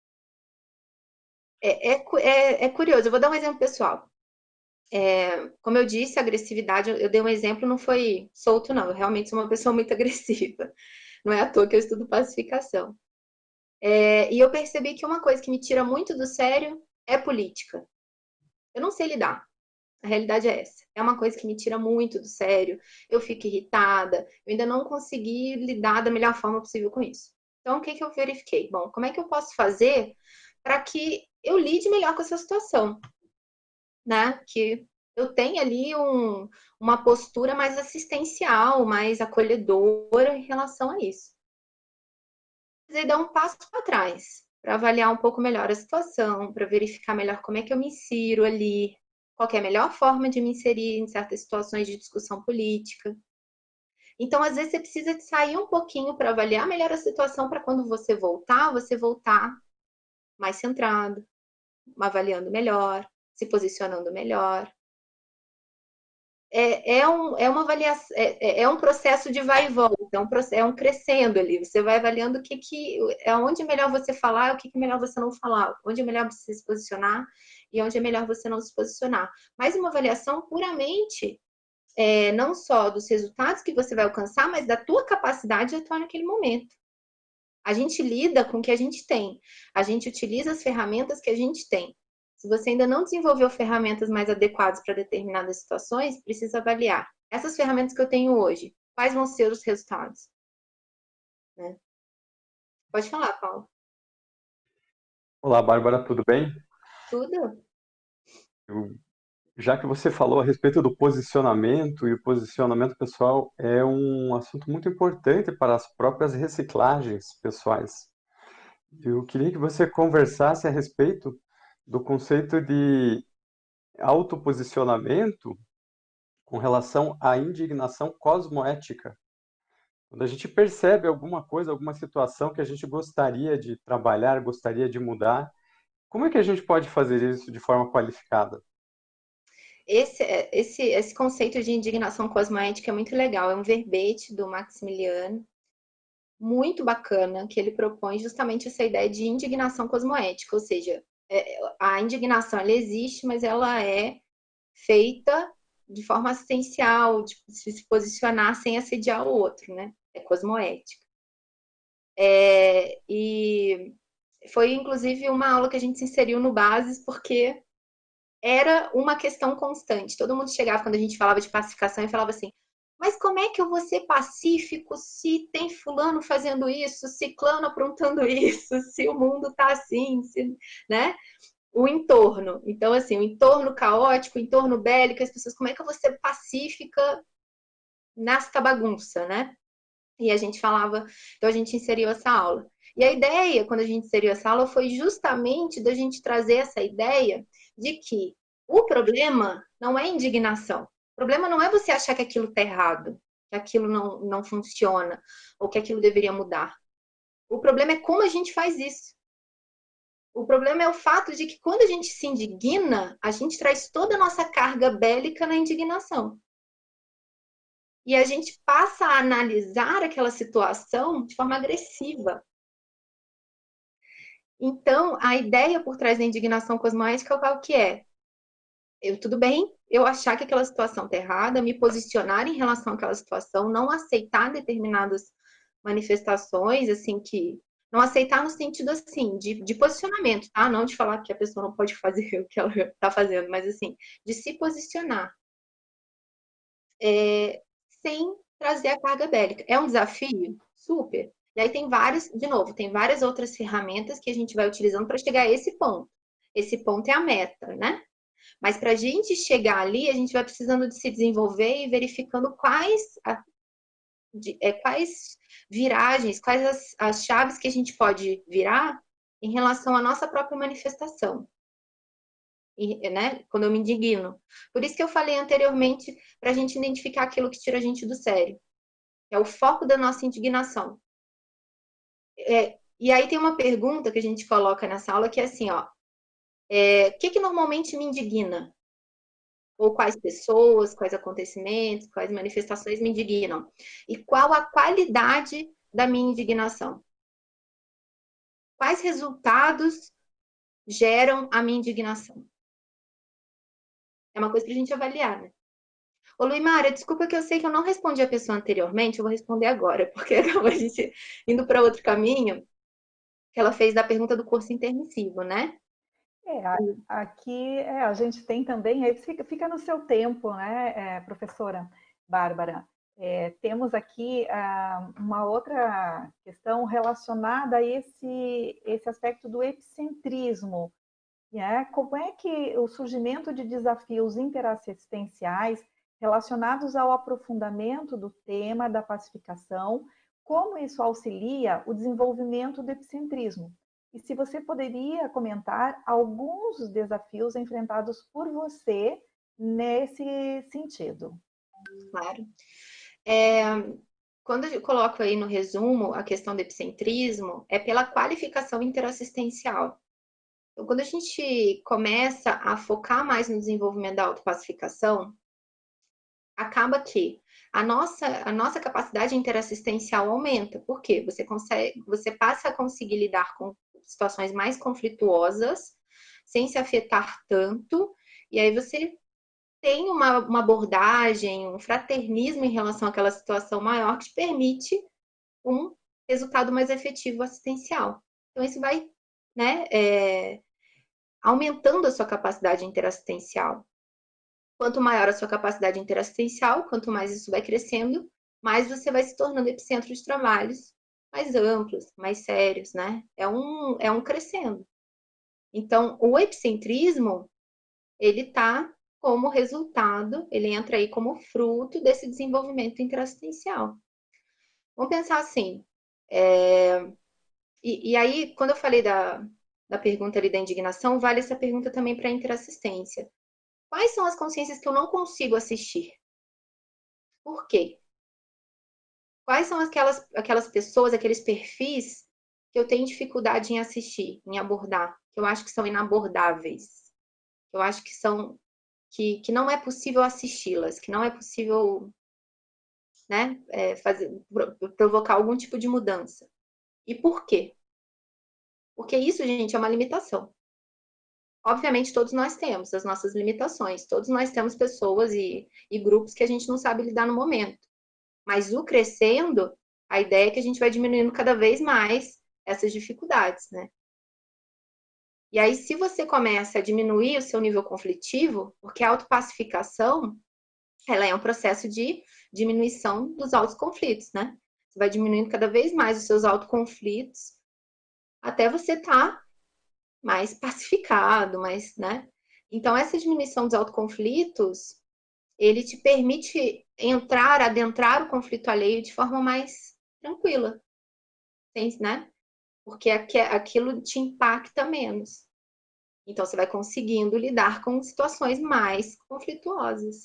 É, é, é, é curioso, eu vou dar um exemplo pessoal. É, como eu disse, a agressividade, eu dei um exemplo, não foi solto, não. Eu realmente sou uma pessoa muito agressiva. Não é à toa que eu estudo pacificação. É, e eu percebi que uma coisa que me tira muito do sério é política. Eu não sei lidar. A realidade é essa. É uma coisa que me tira muito do sério. Eu fico irritada. Eu ainda não consegui lidar da melhor forma possível com isso. Então, o que, que eu verifiquei? Bom, como é que eu posso fazer para que eu lide melhor com essa situação? Né? Que eu tenha ali um, uma postura mais assistencial, mais acolhedora em relação a isso. precisei dar um passo para trás, para avaliar um pouco melhor a situação, para verificar melhor como é que eu me insiro ali, qual é a melhor forma de me inserir em certas situações de discussão política. Então, às vezes, você precisa de sair um pouquinho para avaliar melhor a situação, para quando você voltar, você voltar mais centrado, avaliando melhor, se posicionando melhor. É, é, um, é uma avaliação, é, é um processo de vai e volta, é um, é um crescendo ali. Você vai avaliando o que, que é onde é melhor você falar, o que, que é melhor você não falar, onde é melhor você se posicionar e onde é melhor você não se posicionar. Mas uma avaliação puramente é, não só dos resultados que você vai alcançar, mas da tua capacidade de atuar naquele momento. A gente lida com o que a gente tem, a gente utiliza as ferramentas que a gente tem. Se você ainda não desenvolveu ferramentas mais adequadas para determinadas situações, precisa avaliar. Essas ferramentas que eu tenho hoje, quais vão ser os resultados? Né? Pode falar, Paulo. Olá, Bárbara, tudo bem? Tudo. Eu, já que você falou a respeito do posicionamento, e o posicionamento pessoal é um assunto muito importante para as próprias reciclagens pessoais. Eu queria que você conversasse a respeito do conceito de autoposicionamento com relação à indignação cosmoética. Quando a gente percebe alguma coisa, alguma situação que a gente gostaria de trabalhar, gostaria de mudar, como é que a gente pode fazer isso de forma qualificada? Esse, esse, esse conceito de indignação cosmoética é muito legal. É um verbete do Maximiliano, muito bacana, que ele propõe justamente essa ideia de indignação cosmoética, ou seja, é, a indignação ela existe, mas ela é feita de forma assistencial, de se posicionar sem assediar o outro, né? É cosmoética. É, e foi, inclusive, uma aula que a gente se inseriu no Bases, porque era uma questão constante. Todo mundo chegava, quando a gente falava de pacificação, e falava assim, mas como é que eu vou ser pacífico se tem fulano fazendo isso, ciclano aprontando isso, se o mundo tá assim, se, né? O entorno. Então, assim, o entorno caótico, o entorno bélico, as pessoas, como é que eu vou ser pacífica nesta bagunça, né? E a gente falava, então a gente inseriu essa aula. E a ideia, quando a gente inseriu essa aula, foi justamente da gente trazer essa ideia de que o problema não é indignação. O problema não é você achar que aquilo está errado, que aquilo não, não funciona, ou que aquilo deveria mudar. O problema é como a gente faz isso. O problema é o fato de que quando a gente se indigna, a gente traz toda a nossa carga bélica na indignação. E a gente passa a analisar aquela situação de forma agressiva. Então, a ideia por trás da indignação cosmoética é o que é? Eu, tudo bem, eu achar que aquela situação está errada, me posicionar em relação àquela situação, não aceitar determinadas manifestações, assim, que... Não aceitar no sentido, assim, de, de posicionamento, tá? Não de falar que a pessoa não pode fazer o que ela está fazendo, mas, assim, de se posicionar. É, sem trazer a carga bélica. É um desafio? Super. E aí tem vários, de novo, tem várias outras ferramentas que a gente vai utilizando para chegar a esse ponto. Esse ponto é a meta, né? Mas para a gente chegar ali, a gente vai precisando de se desenvolver e verificando quais, a, de, é, quais viragens, quais as, as chaves que a gente pode virar em relação à nossa própria manifestação. E, né, quando eu me indigno. Por isso que eu falei anteriormente para a gente identificar aquilo que tira a gente do sério. É o foco da nossa indignação. É, e aí tem uma pergunta que a gente coloca nessa aula que é assim, ó. É, o que, que normalmente me indigna? Ou quais pessoas, quais acontecimentos, quais manifestações me indignam? E qual a qualidade da minha indignação? Quais resultados geram a minha indignação? É uma coisa para a gente avaliar, né? Ô, Luimara, desculpa que eu sei que eu não respondi a pessoa anteriormente, eu vou responder agora, porque acabou a gente indo para outro caminho, que ela fez da pergunta do curso intermissivo, né? É, aqui é, a gente tem também, aí fica, fica no seu tempo, né, é, professora Bárbara? É, temos aqui ah, uma outra questão relacionada a esse, esse aspecto do epicentrismo. Né? Como é que o surgimento de desafios interassistenciais relacionados ao aprofundamento do tema da pacificação como isso auxilia o desenvolvimento do epicentrismo. E se você poderia comentar alguns dos desafios enfrentados por você nesse sentido. Claro. É, quando eu coloco aí no resumo a questão do epicentrismo, é pela qualificação interassistencial. Então, quando a gente começa a focar mais no desenvolvimento da autopacificação, acaba que a nossa, a nossa capacidade interassistencial aumenta. Por quê? Você consegue, você passa a conseguir lidar com situações mais conflituosas, sem se afetar tanto, e aí você tem uma, uma abordagem, um fraternismo em relação àquela situação maior que te permite um resultado mais efetivo assistencial. Então, isso vai, né, é, aumentando a sua capacidade interassistencial. Quanto maior a sua capacidade interassistencial, quanto mais isso vai crescendo, mais você vai se tornando epicentro de trabalhos mais amplos, mais sérios, né? É um, é um crescendo. Então, o epicentrismo, ele está como resultado, ele entra aí como fruto desse desenvolvimento interassistencial. Vamos pensar assim, é, e, e aí, quando eu falei da, da pergunta ali da indignação, vale essa pergunta também para a interassistência. Quais são as consciências que eu não consigo assistir? Por quê? Quais são aquelas, aquelas pessoas, aqueles perfis que eu tenho dificuldade em assistir, em abordar, que eu acho que são inabordáveis, que eu acho que são que, que não é possível assisti-las, que não é possível, né, é, fazer, provocar algum tipo de mudança. E por quê? Porque isso, gente, é uma limitação. Obviamente, todos nós temos as nossas limitações, todos nós temos pessoas e, e grupos que a gente não sabe lidar no momento. Mas o crescendo, a ideia é que a gente vai diminuindo cada vez mais essas dificuldades, né? E aí, se você começa a diminuir o seu nível conflitivo, porque a autopacificação, ela é um processo de diminuição dos altos conflitos, né? Você vai diminuindo cada vez mais os seus autoconflitos, até você estar mais pacificado, mais, né? Então, essa diminuição dos autoconflitos, ele te permite entrar, adentrar o conflito alheio de forma mais tranquila, né? Porque aquilo te impacta menos. Então, você vai conseguindo lidar com situações mais conflituosas.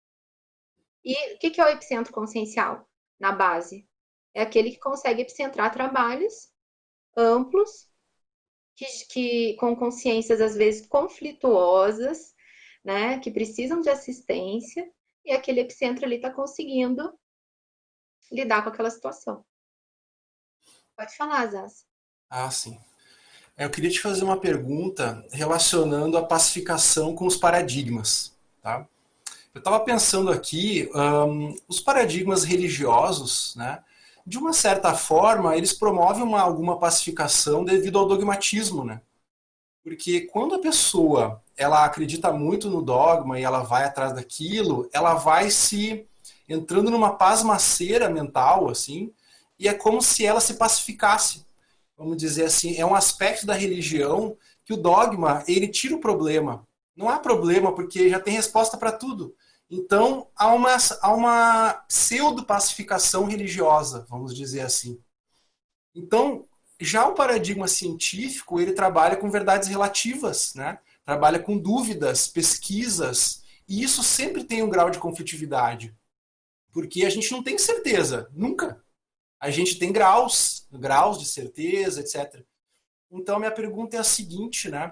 E o que é o epicentro consciencial na base? É aquele que consegue epicentrar trabalhos amplos, que, que com consciências, às vezes, conflituosas, né? Que precisam de assistência, e aquele epicentro ali está conseguindo lidar com aquela situação. Pode falar, Zaz. Ah, sim. Eu queria te fazer uma pergunta relacionando a pacificação com os paradigmas, tá? Eu estava pensando aqui, um, os paradigmas religiosos, né? De uma certa forma, eles promovem uma, alguma pacificação devido ao dogmatismo, né? Porque quando a pessoa ela acredita muito no dogma e ela vai atrás daquilo, ela vai se entrando numa pasmaceira mental, assim, e é como se ela se pacificasse. Vamos dizer assim, é um aspecto da religião que o dogma, ele tira o problema. Não há problema, porque já tem resposta para tudo. Então, há uma, há uma pseudo-pacificação religiosa, vamos dizer assim. Então, já o paradigma científico, ele trabalha com verdades relativas, né? Trabalha com dúvidas, pesquisas, e isso sempre tem um grau de conflitividade. Porque a gente não tem certeza, nunca. A gente tem graus, graus de certeza, etcétera. Então, minha pergunta é a seguinte, né?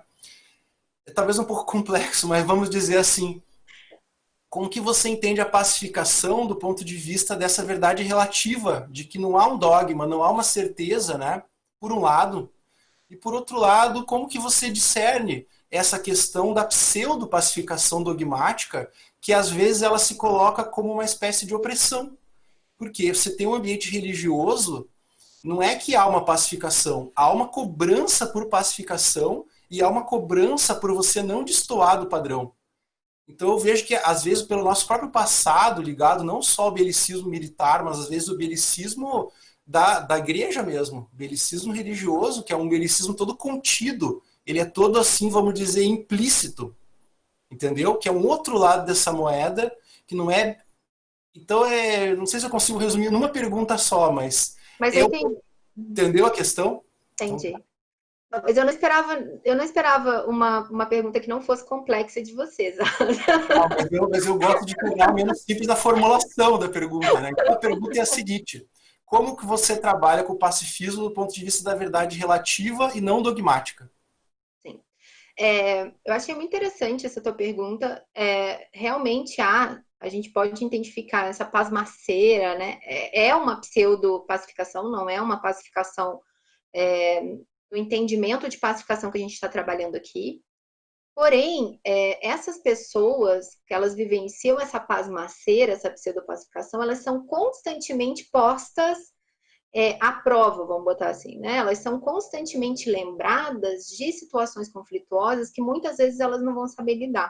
É talvez um pouco complexo, mas vamos dizer assim, como que você entende a pacificação do ponto de vista dessa verdade relativa, de que não há um dogma, não há uma certeza, né? Por um lado. E por outro lado, como que você discerne essa questão da pseudo-pacificação dogmática, que às vezes ela se coloca como uma espécie de opressão. Porque você tem um ambiente religioso, não é que há uma pacificação, há uma cobrança por pacificação e há uma cobrança por você não destoar do padrão. Então eu vejo que, às vezes, pelo nosso próprio passado, ligado não só ao belicismo militar, mas às vezes o belicismo da, da igreja mesmo, belicismo religioso, que é um belicismo todo contido, ele é todo assim, vamos dizer, implícito, entendeu? Que é um outro lado dessa moeda, que não é... Então, é, não sei se eu consigo resumir numa pergunta só, mas Mas eu Eu, entendi. entendeu a questão? Entendi. Mas eu não esperava, eu não esperava uma, uma pergunta que não fosse complexa de vocês. Ah, mas, eu, mas eu gosto de tornar menos simples a formulação da pergunta, né? Então a pergunta é a seguinte: como que você trabalha com o pacifismo do ponto de vista da verdade relativa e não dogmática? Sim. É, eu achei muito interessante essa tua pergunta. É, realmente há, a gente pode identificar essa pasmaceira, né? É, é uma pseudo-pacificação, não é uma pacificação é, do entendimento de pacificação que a gente está trabalhando aqui. Porém, é, essas pessoas que elas vivenciam essa pasmaceira, essa pseudopacificação, elas são constantemente postas é, à prova, vamos botar assim, né? Elas são constantemente lembradas de situações conflituosas que muitas vezes elas não vão saber lidar.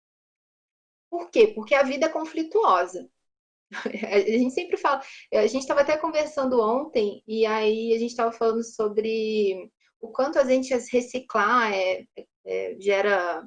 Por quê? Porque a vida é conflituosa. A gente sempre fala, a gente estava até conversando ontem, e aí a gente estava falando sobre o quanto a gente reciclar é, é, gera.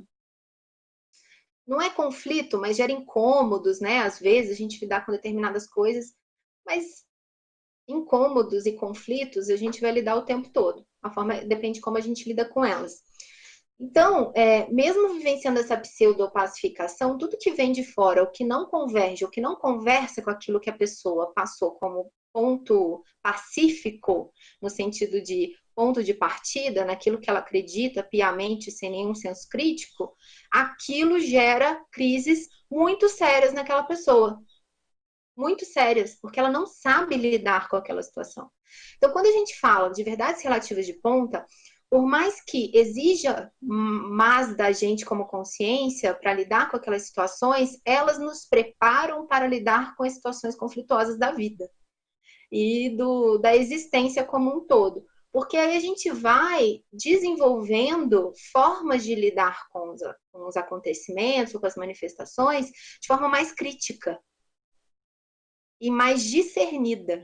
Não é conflito, mas gera incômodos, né? Às vezes a gente lidar com determinadas coisas, mas incômodos e conflitos a gente vai lidar o tempo todo. A forma depende de como a gente lida com elas. Então, é, mesmo vivenciando essa pseudopacificação, tudo que vem de fora, o que não converge, o que não conversa com aquilo que a pessoa passou como ponto pacífico, no sentido de ponto de partida, naquilo que ela acredita piamente, sem nenhum senso crítico, aquilo gera crises muito sérias naquela pessoa. Muito sérias, porque ela não sabe lidar com aquela situação. Então, quando a gente fala de verdades relativas de ponta, por mais que exija mais da gente como consciência para lidar com aquelas situações, elas nos preparam para lidar com as situações conflituosas da vida e do, da existência como um todo. Porque aí a gente vai desenvolvendo formas de lidar com os, com os acontecimentos, com as manifestações, de forma mais crítica e mais discernida.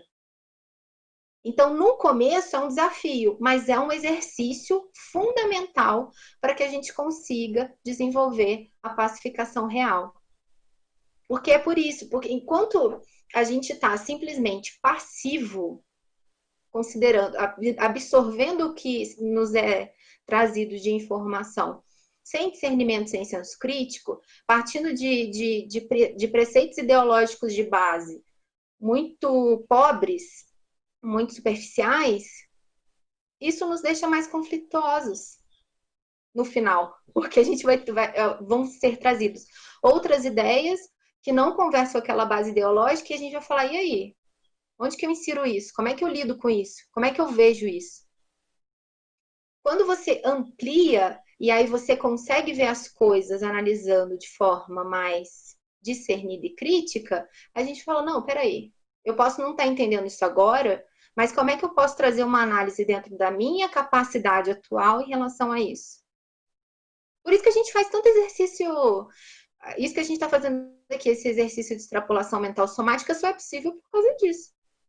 Então, no começo é um desafio, mas é um exercício fundamental para que a gente consiga desenvolver a pacificação real. Porque é por isso, porque enquanto a gente está simplesmente passivo, considerando, absorvendo o que nos é trazido de informação, sem discernimento, sem senso crítico, partindo de, de, de, de preceitos ideológicos de base muito pobres, muito superficiais, isso nos deixa mais conflituosos no final, porque a gente vai, vai vão ser trazidos outras ideias que não conversam com aquela base ideológica e a gente vai falar, e aí? Onde que eu insiro isso? Como é que eu lido com isso? Como é que eu vejo isso? Quando você amplia e aí você consegue ver as coisas analisando de forma mais discernida e crítica, a gente fala, não, peraí, eu posso não estar entendendo isso agora, mas como é que eu posso trazer uma análise dentro da minha capacidade atual em relação a isso? Por isso que a gente faz tanto exercício, isso que a gente está fazendo aqui, esse exercício de extrapolação mental somática só é possível por causa disso.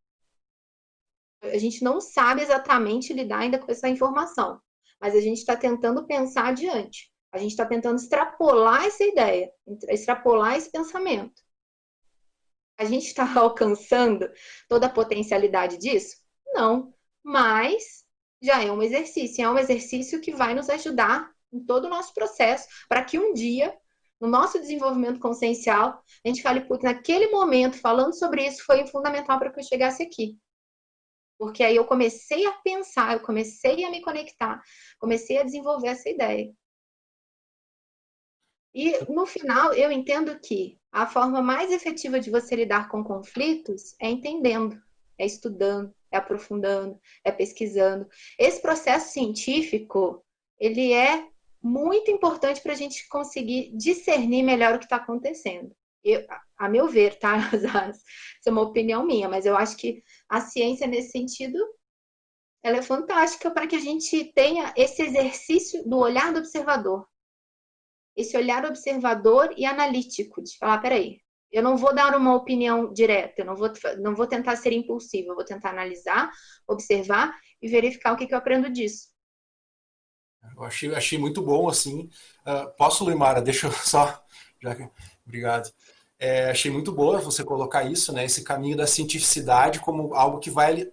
A gente não sabe exatamente lidar ainda com essa informação, mas a gente está tentando pensar adiante. A gente está tentando extrapolar essa ideia, extrapolar esse pensamento. A gente está alcançando toda a potencialidade disso? Não, mas já é um exercício, é um exercício que vai nos ajudar em todo o nosso processo, para que um dia, no nosso desenvolvimento consciencial, a gente fale, putz, naquele momento, falando sobre isso, foi fundamental para que eu chegasse aqui. Porque aí eu comecei a pensar, eu comecei a me conectar, comecei a desenvolver essa ideia. E, no final, eu entendo que a forma mais efetiva de você lidar com conflitos é entendendo, é estudando, é aprofundando, é pesquisando. Esse processo científico, ele é muito importante para a gente conseguir discernir melhor o que está acontecendo. Eu, a meu ver, tá? Isso é uma opinião minha, mas eu acho que a ciência, nesse sentido, ela é fantástica para que a gente tenha esse exercício do olhar do observador. Esse olhar observador e analítico, de falar, peraí, eu não vou dar uma opinião direta, eu não vou, não vou tentar ser impulsiva, eu vou tentar analisar, observar e verificar o que, que eu aprendo disso. Eu achei, achei muito bom, assim. Uh, posso, Luimara? Deixa eu só... Já que... Obrigado. É, achei muito boa você colocar isso, né? Esse caminho da cientificidade como algo que vai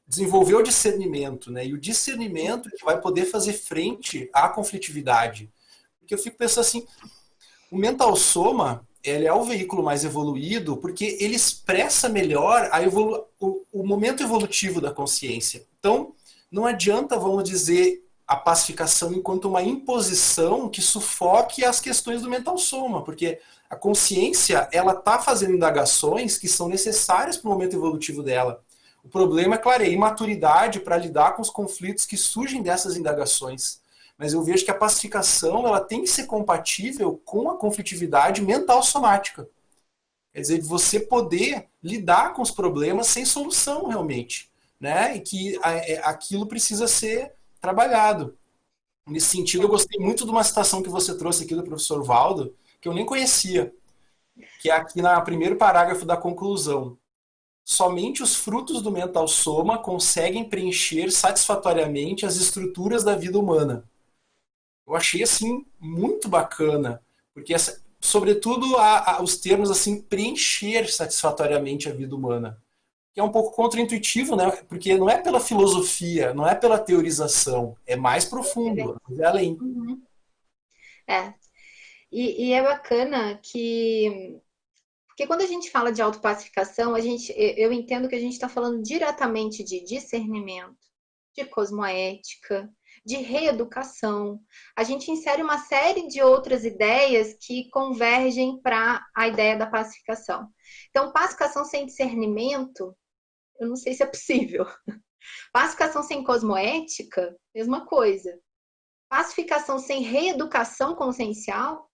desenvolver o discernimento, né? E o discernimento que vai poder fazer frente à conflitividade. Porque eu fico pensando assim, o mental soma, ele é o veículo mais evoluído porque ele expressa melhor a evolu o, o momento evolutivo da consciência. Então, não adianta, vamos dizer, a pacificação enquanto uma imposição que sufoque as questões do mental soma, porque a consciência, ela está fazendo indagações que são necessárias para o momento evolutivo dela. O problema, é claro, é a imaturidade para lidar com os conflitos que surgem dessas indagações. Mas eu vejo que a pacificação, ela tem que ser compatível com a conflitividade mental somática. Quer dizer, de você poder lidar com os problemas sem solução, realmente. Né? E que aquilo precisa ser trabalhado. Nesse sentido, eu gostei muito de uma citação que você trouxe aqui do professor Valdo, que eu nem conhecia, que é aqui no primeiro parágrafo da conclusão. Somente os frutos do mental soma conseguem preencher satisfatoriamente as estruturas da vida humana. Eu achei, assim, muito bacana, porque, essa, sobretudo, a, a, os termos, assim, preencher satisfatoriamente a vida humana. Que é um pouco contraintuitivo, né? Porque não é pela filosofia, não é pela teorização, é mais profundo, é além. Uhum. É. E, e é bacana que... Porque quando a gente fala de autopacificação, a gente, eu entendo que a gente está falando diretamente de discernimento, de cosmoética, de reeducação. A gente insere uma série de outras ideias que convergem para a ideia da pacificação. Então, pacificação sem discernimento, eu não sei se é possível. Pacificação sem cosmoética, mesma coisa. Pacificação sem reeducação consciencial.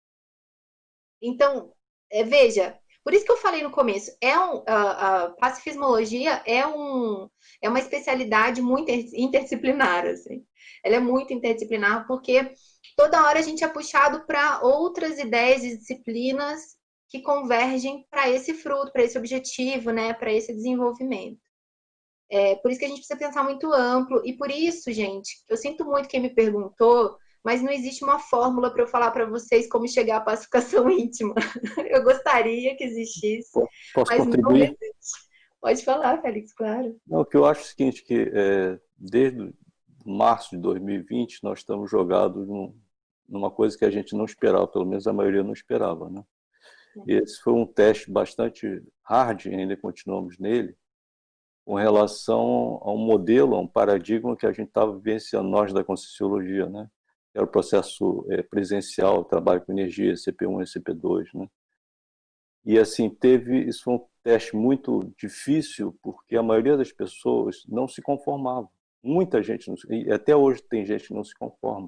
Então, é, veja, por isso que eu falei no começo, é um, a, a pacifismologia é, um, é uma especialidade muito interdisciplinar, assim. Ela é muito interdisciplinar porque toda hora a gente é puxado para outras ideias e disciplinas que convergem para esse fruto, para esse objetivo, né, para esse desenvolvimento. É, por isso que a gente precisa pensar muito amplo. E por isso, gente, eu sinto muito quem me perguntou, mas não existe uma fórmula para eu falar para vocês como chegar à pacificação íntima. Eu gostaria que existisse, Posso mas contribuir? não existe. Pode falar, Félix, claro. Não, o que eu acho é o seguinte, que é, desde março de dois mil e vinte nós estamos jogados num, numa coisa que a gente não esperava, pelo menos a maioria não esperava, né? E esse foi um teste bastante hard, ainda continuamos nele, com relação a um modelo, a um paradigma que a gente estava vivenciando, nós da Conscienciologia, né? Que era o processo é, presencial, trabalho com energia, C P um e C P dois, né? E assim, teve, isso foi um teste muito difícil, porque a maioria das pessoas não se conformava. Muita gente, não, e até hoje tem gente que não se conforma.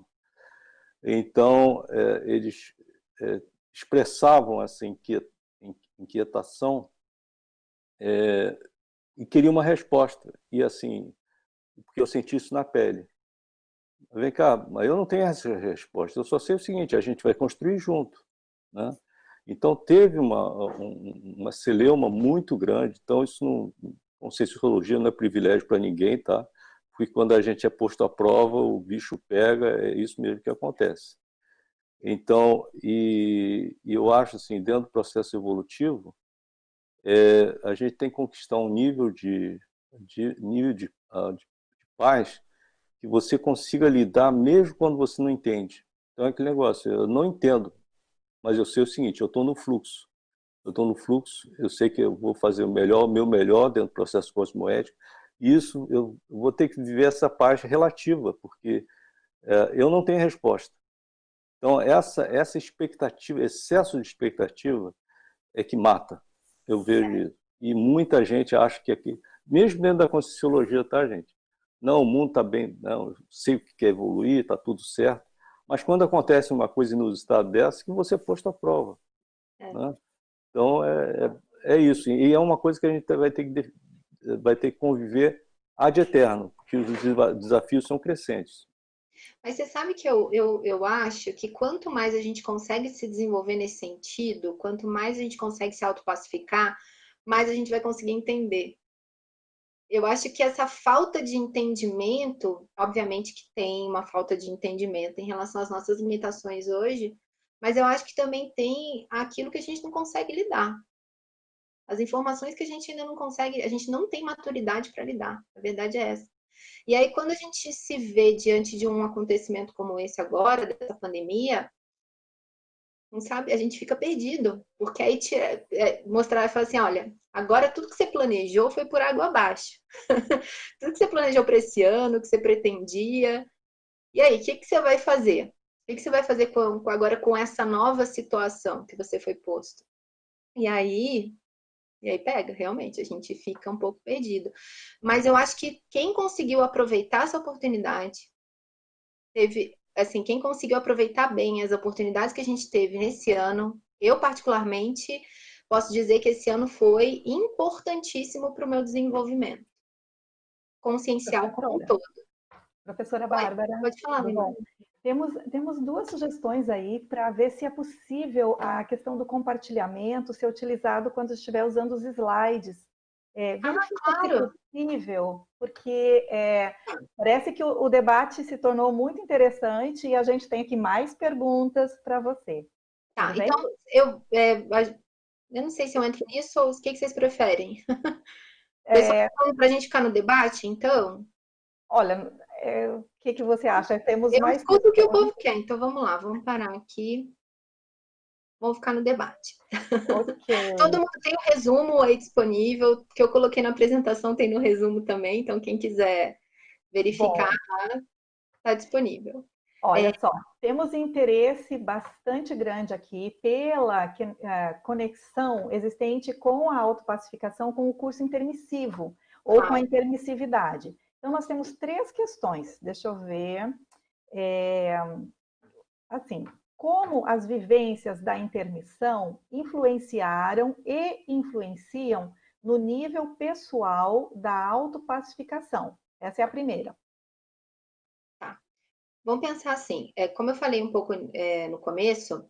Então, é, eles é, expressavam essa inquietação é, e queriam uma resposta. E assim, porque eu senti isso na pele. Vem cá, mas eu não tenho essa resposta. Eu só sei o seguinte, a gente vai construir junto, né? Então, teve uma, uma celeuma muito grande. Então, isso não, não sei se Conscienciologia não é privilégio para ninguém, tá? Porque quando a gente é posto à prova, o bicho pega, é isso mesmo que acontece. Então, e, e eu acho assim, dentro do processo evolutivo, é, a gente tem que conquistar um nível de, de, nível de, uh, de, de paz que você consiga lidar mesmo quando você não entende. Então, é aquele negócio, eu não entendo, mas eu sei o seguinte, eu estou no fluxo. Eu estou no fluxo, eu sei que eu vou fazer o melhor, o meu melhor dentro do processo cosmoético. E isso, eu vou ter que viver essa parte relativa, porque é, eu não tenho resposta. Então, essa, essa expectativa, excesso de expectativa é que mata. Eu vejo isso. E muita gente acha que aqui, mesmo dentro da Conscienciologia, tá, gente? Não, o mundo está bem, não, eu sei o que quer evoluir, está tudo certo. Mas quando acontece uma coisa inusitada dessa, que você é posto à prova. É. Né? Então, é, é, é isso. E é uma coisa que a gente vai ter que, vai ter que conviver ad eterno, porque os desafios são crescentes. Mas você sabe que eu, eu, eu acho que quanto mais a gente consegue se desenvolver nesse sentido, quanto mais a gente consegue se autopacificar, mais a gente vai conseguir entender. Eu acho que essa falta de entendimento, obviamente que tem uma falta de entendimento em relação às nossas limitações hoje, mas eu acho que também tem aquilo que a gente não consegue lidar. As informações que a gente ainda não consegue, a gente não tem maturidade para lidar. A verdade é essa. E aí, quando a gente se vê diante de um acontecimento como esse agora, dessa pandemia, não sabe, a gente fica perdido, porque aí tira, é, mostrar e falar assim, olha, agora tudo que você planejou foi por água abaixo. Tudo que você planejou para esse ano, que você pretendia. E aí, o que, que você vai fazer? O que, que você vai fazer com, com, agora com essa nova situação que você foi posto? E aí, e aí pega, realmente, a gente fica um pouco perdido. Mas eu acho que quem conseguiu aproveitar essa oportunidade, teve, assim, quem conseguiu aproveitar bem as oportunidades que a gente teve nesse ano, eu particularmente posso dizer que esse ano foi importantíssimo para o meu desenvolvimento consciencial como um todo. Professora Bárbara, pode falar, bom, temos, temos duas sugestões aí para ver se é possível a questão do compartilhamento ser utilizado quando estiver usando os slides. É, verifica ah, claro. se é possível, porque é, parece que o, o debate se tornou muito interessante e a gente tem aqui mais perguntas para você. Tá, então eu, é, eu não sei se eu entro nisso ou o que, que vocês preferem. É... Para a gente ficar no debate, então? Olha, é, o que, que você acha? Temos eu mais escuto o que o povo quer, então vamos lá, vamos parar aqui. Vamos ficar no debate. Okay. Todo mundo tem o resumo aí disponível, que eu coloquei na apresentação, tem no resumo também, então quem quiser verificar, está disponível. Olha é... só, temos interesse bastante grande aqui pela uh, conexão existente com a autopacificação com o curso intermissivo, ou ah. com a intermissividade. Então, nós temos três questões, deixa eu ver, é, assim, como as vivências da intermissão influenciaram e influenciam no nível pessoal da autopacificação. Essa é a primeira. Tá. Vamos pensar assim, é, como eu falei um pouco é, no começo,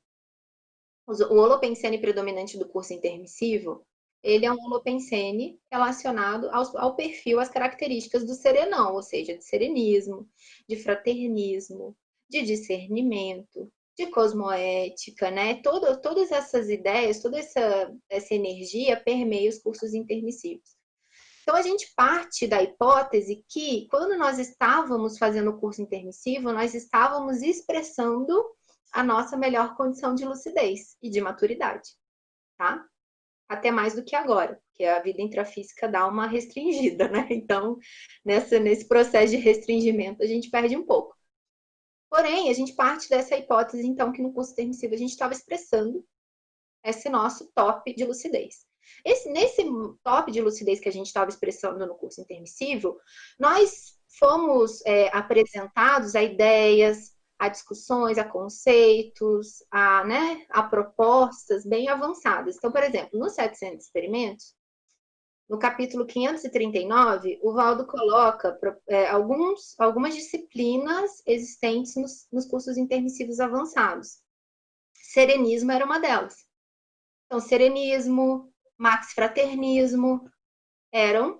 o holopensene predominante do curso intermissivo, ele é um holopensene relacionado ao, ao perfil, às características do serenão, ou seja, de serenismo, de fraternismo, de discernimento, de cosmoética, né? Todo, todas essas ideias, toda essa, essa energia permeia os cursos intermissivos. Então, a gente parte da hipótese que, quando nós estávamos fazendo o curso intermissivo, nós estávamos expressando a nossa melhor condição de lucidez e de maturidade, tá? Até mais do que agora, porque a vida intrafísica dá uma restringida, né? Então, nessa, nesse processo de restringimento, a gente perde um pouco. Porém, a gente parte dessa hipótese, então, que no curso intermissivo a gente estava expressando esse nosso top de lucidez. Esse, nesse top de lucidez que a gente estava expressando no curso intermissivo, nós fomos é, apresentados a ideias, a discussões, a conceitos, a, né, a propostas bem avançadas. Então, por exemplo, nos setecentos experimentos, no capítulo quinhentos e trinta e nove, o Valdo coloca é, alguns, algumas disciplinas existentes nos, nos cursos intermissivos avançados. Serenismo era uma delas. Então, serenismo, maxifraternismo, eram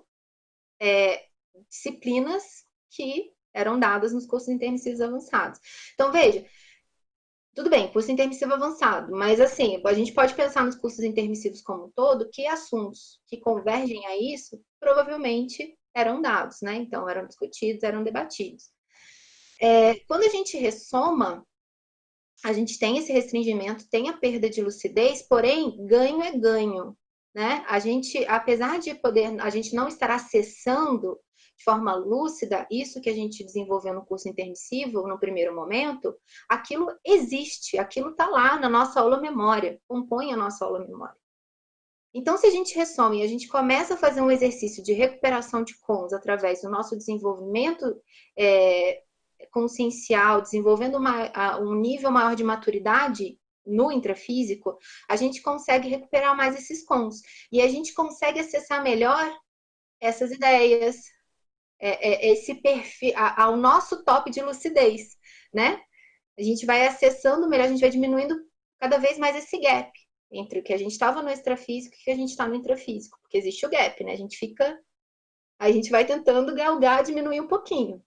é, disciplinas que eram dadas nos cursos intermissivos avançados. Então, veja, tudo bem, curso intermissivo avançado, mas assim, a gente pode pensar nos cursos intermissivos como um todo, que assuntos que convergem a isso, provavelmente eram dados, né? Então, eram discutidos, eram debatidos. É, quando a gente ressoma, a gente tem esse restringimento, tem a perda de lucidez, porém, ganho é ganho, né? A gente, apesar de poder, a gente não estar acessando de forma lúcida isso que a gente desenvolveu no curso intermissivo, no primeiro momento, aquilo existe, aquilo está lá na nossa aula memória, compõe a nossa aula memória. Então, se a gente ressoma e a gente começa a fazer um exercício de recuperação de cons através do nosso desenvolvimento é, consciencial, desenvolvendo uma, um nível maior de maturidade no intrafísico, a gente consegue recuperar mais esses cons. E a gente consegue acessar melhor essas ideias, é, é, esse perfil, a, ao nosso top de lucidez, né? A gente vai acessando melhor, a gente vai diminuindo cada vez mais esse gap entre o que a gente estava no extrafísico e o que a gente está no intrafísico, porque existe o gap, né? A gente fica, a gente vai tentando galgar, diminuir um pouquinho.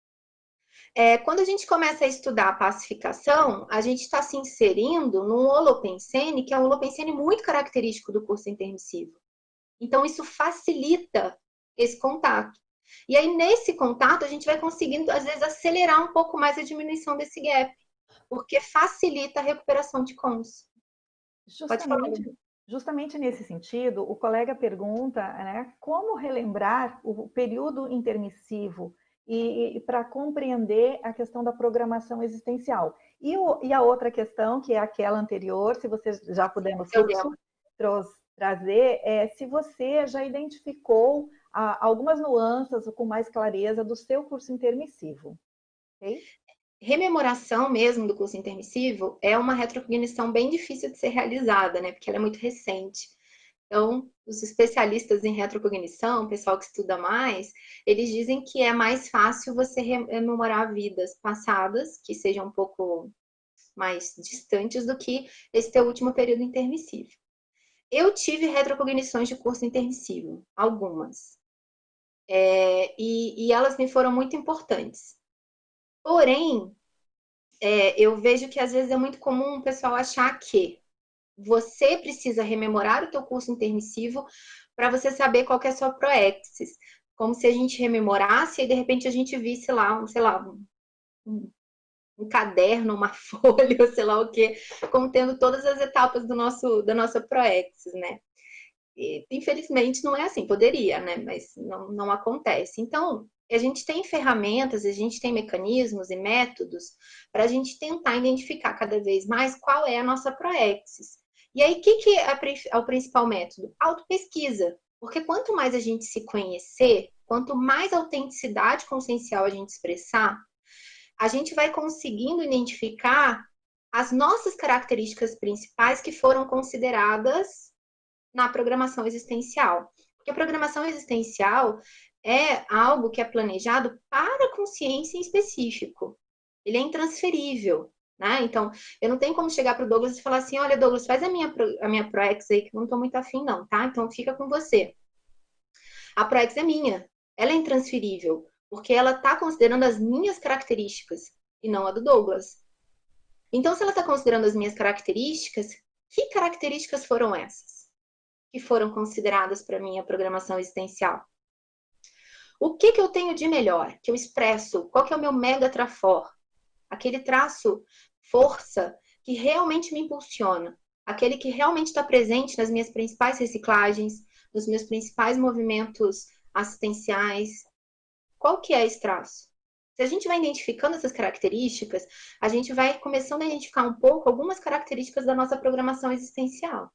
É, quando a gente começa a estudar a pacificação, a gente está se inserindo num holopensene, que é um holopensene muito característico do curso intermissivo. Então, isso facilita esse contato. E aí, nesse contato, a gente vai conseguindo, às vezes, acelerar um pouco mais a diminuição desse gap, porque facilita a recuperação de cons. Pode falar. Justamente, justamente nesse sentido, o colega pergunta, né, como relembrar o período intermissivo e, e para compreender a questão da programação existencial. E, o, e a outra questão, que é aquela anterior, se você já puder no fluxo trazer, é se você já identificou a, algumas nuances com mais clareza do seu curso intermissivo. Ok? Rememoração mesmo do curso intermissivo é uma retrocognição bem difícil de ser realizada, né? Porque ela é muito recente. Então, os especialistas em retrocognição, o pessoal que estuda mais, eles dizem que é mais fácil você rememorar vidas passadas, que sejam um pouco mais distantes do que esse teu último período intermissivo. Eu tive retrocognições de curso intermissivo, algumas. É, e, e elas me foram muito importantes. Porém, é, eu vejo que às vezes é muito comum o pessoal achar que você precisa rememorar o teu curso intermissivo para você saber qual que é a sua proexis. Como se a gente rememorasse e de repente a gente visse lá, um, sei lá, um, um caderno, uma folha, ou sei lá o que, contendo todas as etapas do nosso, da nossa proexis, né? E, infelizmente não é assim, poderia, né? Mas não, não acontece. Então, a gente tem ferramentas, a gente tem mecanismos e métodos para a gente tentar identificar cada vez mais qual é a nossa proexis. E aí, o que, que é, é o principal método? Autopesquisa. Porque quanto mais a gente se conhecer, quanto mais autenticidade consciencial a gente expressar, a gente vai conseguindo identificar as nossas características principais que foram consideradas na programação existencial. Porque a programação existencial é algo que é planejado para a consciência em específico. Ele é intransferível, né? Então, eu não tenho como chegar para o Douglas e falar assim, olha, Douglas, faz a minha, a minha ProEx aí, que eu não estou muito afim não, tá? Então, fica com você. A ProEx é minha. Ela é intransferível, porque ela está considerando as minhas características e não a do Douglas. Então, se ela está considerando as minhas características, que características foram essas que foram consideradas para mim a programação existencial? O que, que eu tenho de melhor, que eu expresso? Qual que é o meu mega trafor? Aquele traço força que realmente me impulsiona, aquele que realmente está presente nas minhas principais reciclagens, nos meus principais movimentos assistenciais. Qual que é esse traço? Se a gente vai identificando essas características, a gente vai começando a identificar um pouco algumas características da nossa programação existencial.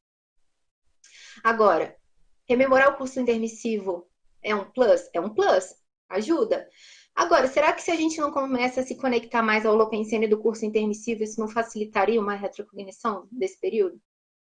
Agora, rememorar o curso intermissivo é um plus? É um plus, ajuda. Agora, será que se a gente não começa a se conectar mais ao holopensene do curso intermissivo, isso não facilitaria uma retrocognição desse período?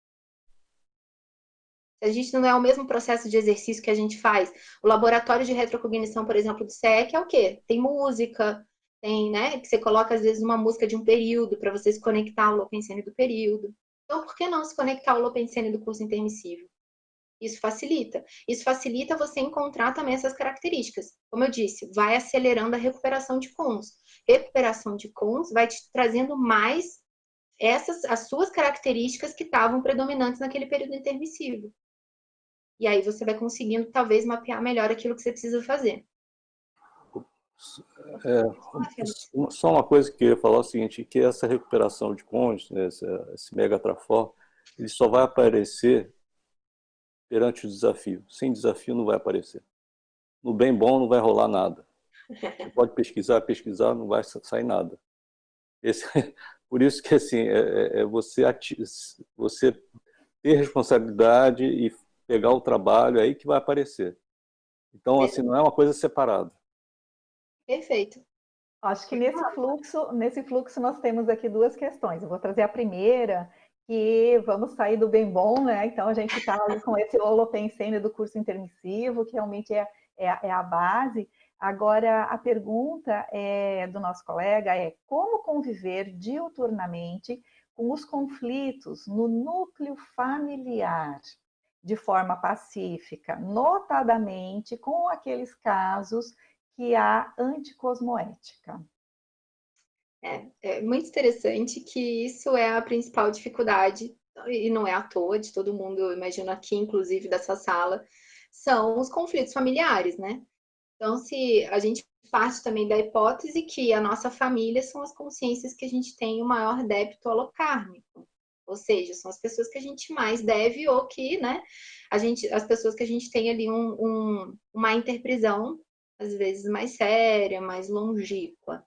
Se a gente não é o mesmo processo de exercício que a gente faz, o laboratório de retrocognição, por exemplo, do C E C é o quê? Tem música, tem, né, que você coloca às vezes uma música de um período para você se conectar ao holopensene do período. Então, por que não se conectar ao holopensene do curso intermissivo? Isso facilita. Isso facilita você encontrar também essas características. Como eu disse, vai acelerando a recuperação de cons. Recuperação de cons vai te trazendo mais essas, as suas características que estavam predominantes naquele período intermissivo. E aí você vai conseguindo, talvez, mapear melhor aquilo que você precisa fazer. É, só uma coisa que eu ia falar é o seguinte, que essa recuperação de cons, né, esse, esse mega trafor, ele só vai aparecer perante o desafio. Sem desafio não vai aparecer. No bem bom não vai rolar nada. Você pode pesquisar, pesquisar, não vai sair nada. Esse, por isso que assim, é, é você, ati- você ter responsabilidade e pegar o trabalho, é aí que vai aparecer. Então, assim, não é uma coisa separada. Perfeito. Acho que nesse fluxo, nesse fluxo nós temos aqui duas questões. Eu vou trazer a primeira, que vamos sair do bem bom, né? Então a gente está com esse holopensene do curso intermissivo, que realmente é, é, é a base. Agora, a pergunta é, do nosso colega é como conviver diuturnamente com os conflitos no núcleo familiar de forma pacífica, notadamente com aqueles casos que há anticosmoética. É, é muito interessante que isso é a principal dificuldade, e não é à toa de todo mundo, eu imagino aqui, inclusive, dessa sala, são os conflitos familiares, né? Então, se a gente parte também da hipótese que a nossa família são as consciências que a gente tem o maior débito holocármico. Ou seja, são as pessoas que a gente mais deve ou que, né, a gente, as pessoas que a gente tem ali um, um, uma interprisão, às vezes mais séria, mais longínqua.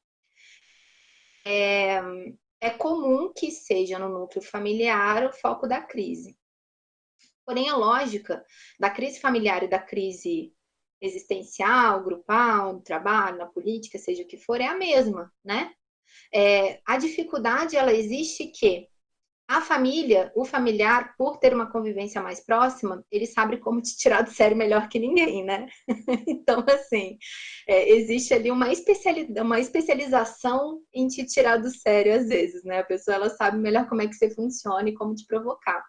É, é comum que seja no núcleo familiar o foco da crise. Porém, a lógica da crise familiar e da crise existencial, grupal, no trabalho, na política, seja o que for, é a mesma, né? É, a dificuldade, ela existe que a família, o familiar, por ter uma convivência mais próxima, ele sabe como te tirar do sério melhor que ninguém, né? Então, assim, é, existe ali uma, especiali uma especialização em te tirar do sério, às vezes, né? A pessoa, ela sabe melhor como é que você funciona e como te provocar.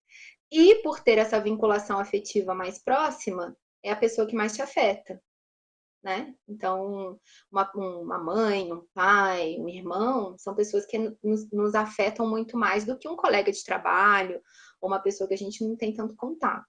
E por ter essa vinculação afetiva mais próxima, é a pessoa que mais te afeta, né? Então, uma, uma mãe, um pai, um irmão, são pessoas que nos, nos afetam muito mais do que um colega de trabalho ou uma pessoa que a gente não tem tanto contato.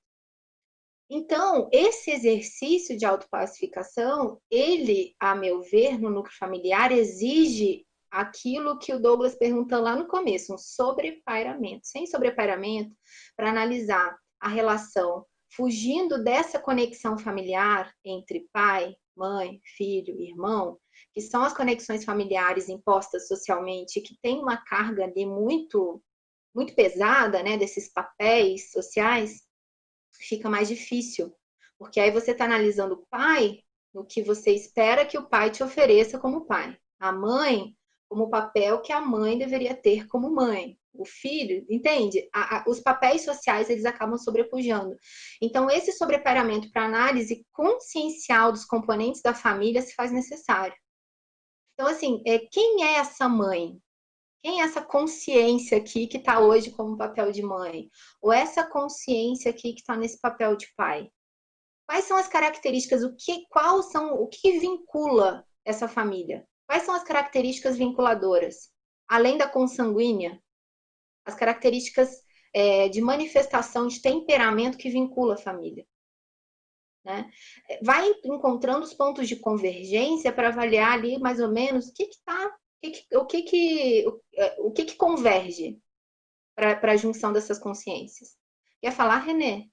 Então, esse exercício de autopacificação, ele, a meu ver, no núcleo familiar, exige aquilo que o Douglas perguntou lá no começo, um sobrepairamento. Sem sobrepairamento, para analisar a relação, fugindo dessa conexão familiar entre pai, mãe, filho, irmão, que são as conexões familiares impostas socialmente, que tem uma carga ali muito, muito pesada, né, desses papéis sociais, fica mais difícil. Porque aí você está analisando o pai no que você espera que o pai te ofereça como pai. A mãe, como o papel que a mãe deveria ter como mãe. O filho, entende? A, a, os papéis sociais, eles acabam sobrepujando. Então, esse sobrepairamento para análise consciencial dos componentes da família se faz necessário. Então, assim, é, quem é essa mãe? Quem é essa consciência aqui que está hoje como papel de mãe? Ou essa consciência aqui que está nesse papel de pai? Quais são as características, o que, qual são, o que vincula essa família? Quais são as características vinculadoras? Além da consanguínea, as características é, de manifestação de temperamento que vincula a família. Né? Vai encontrando os pontos de convergência para avaliar ali mais ou menos o que está, o que que, o, o que, que converge para a junção dessas consciências. Quer falar, Renê?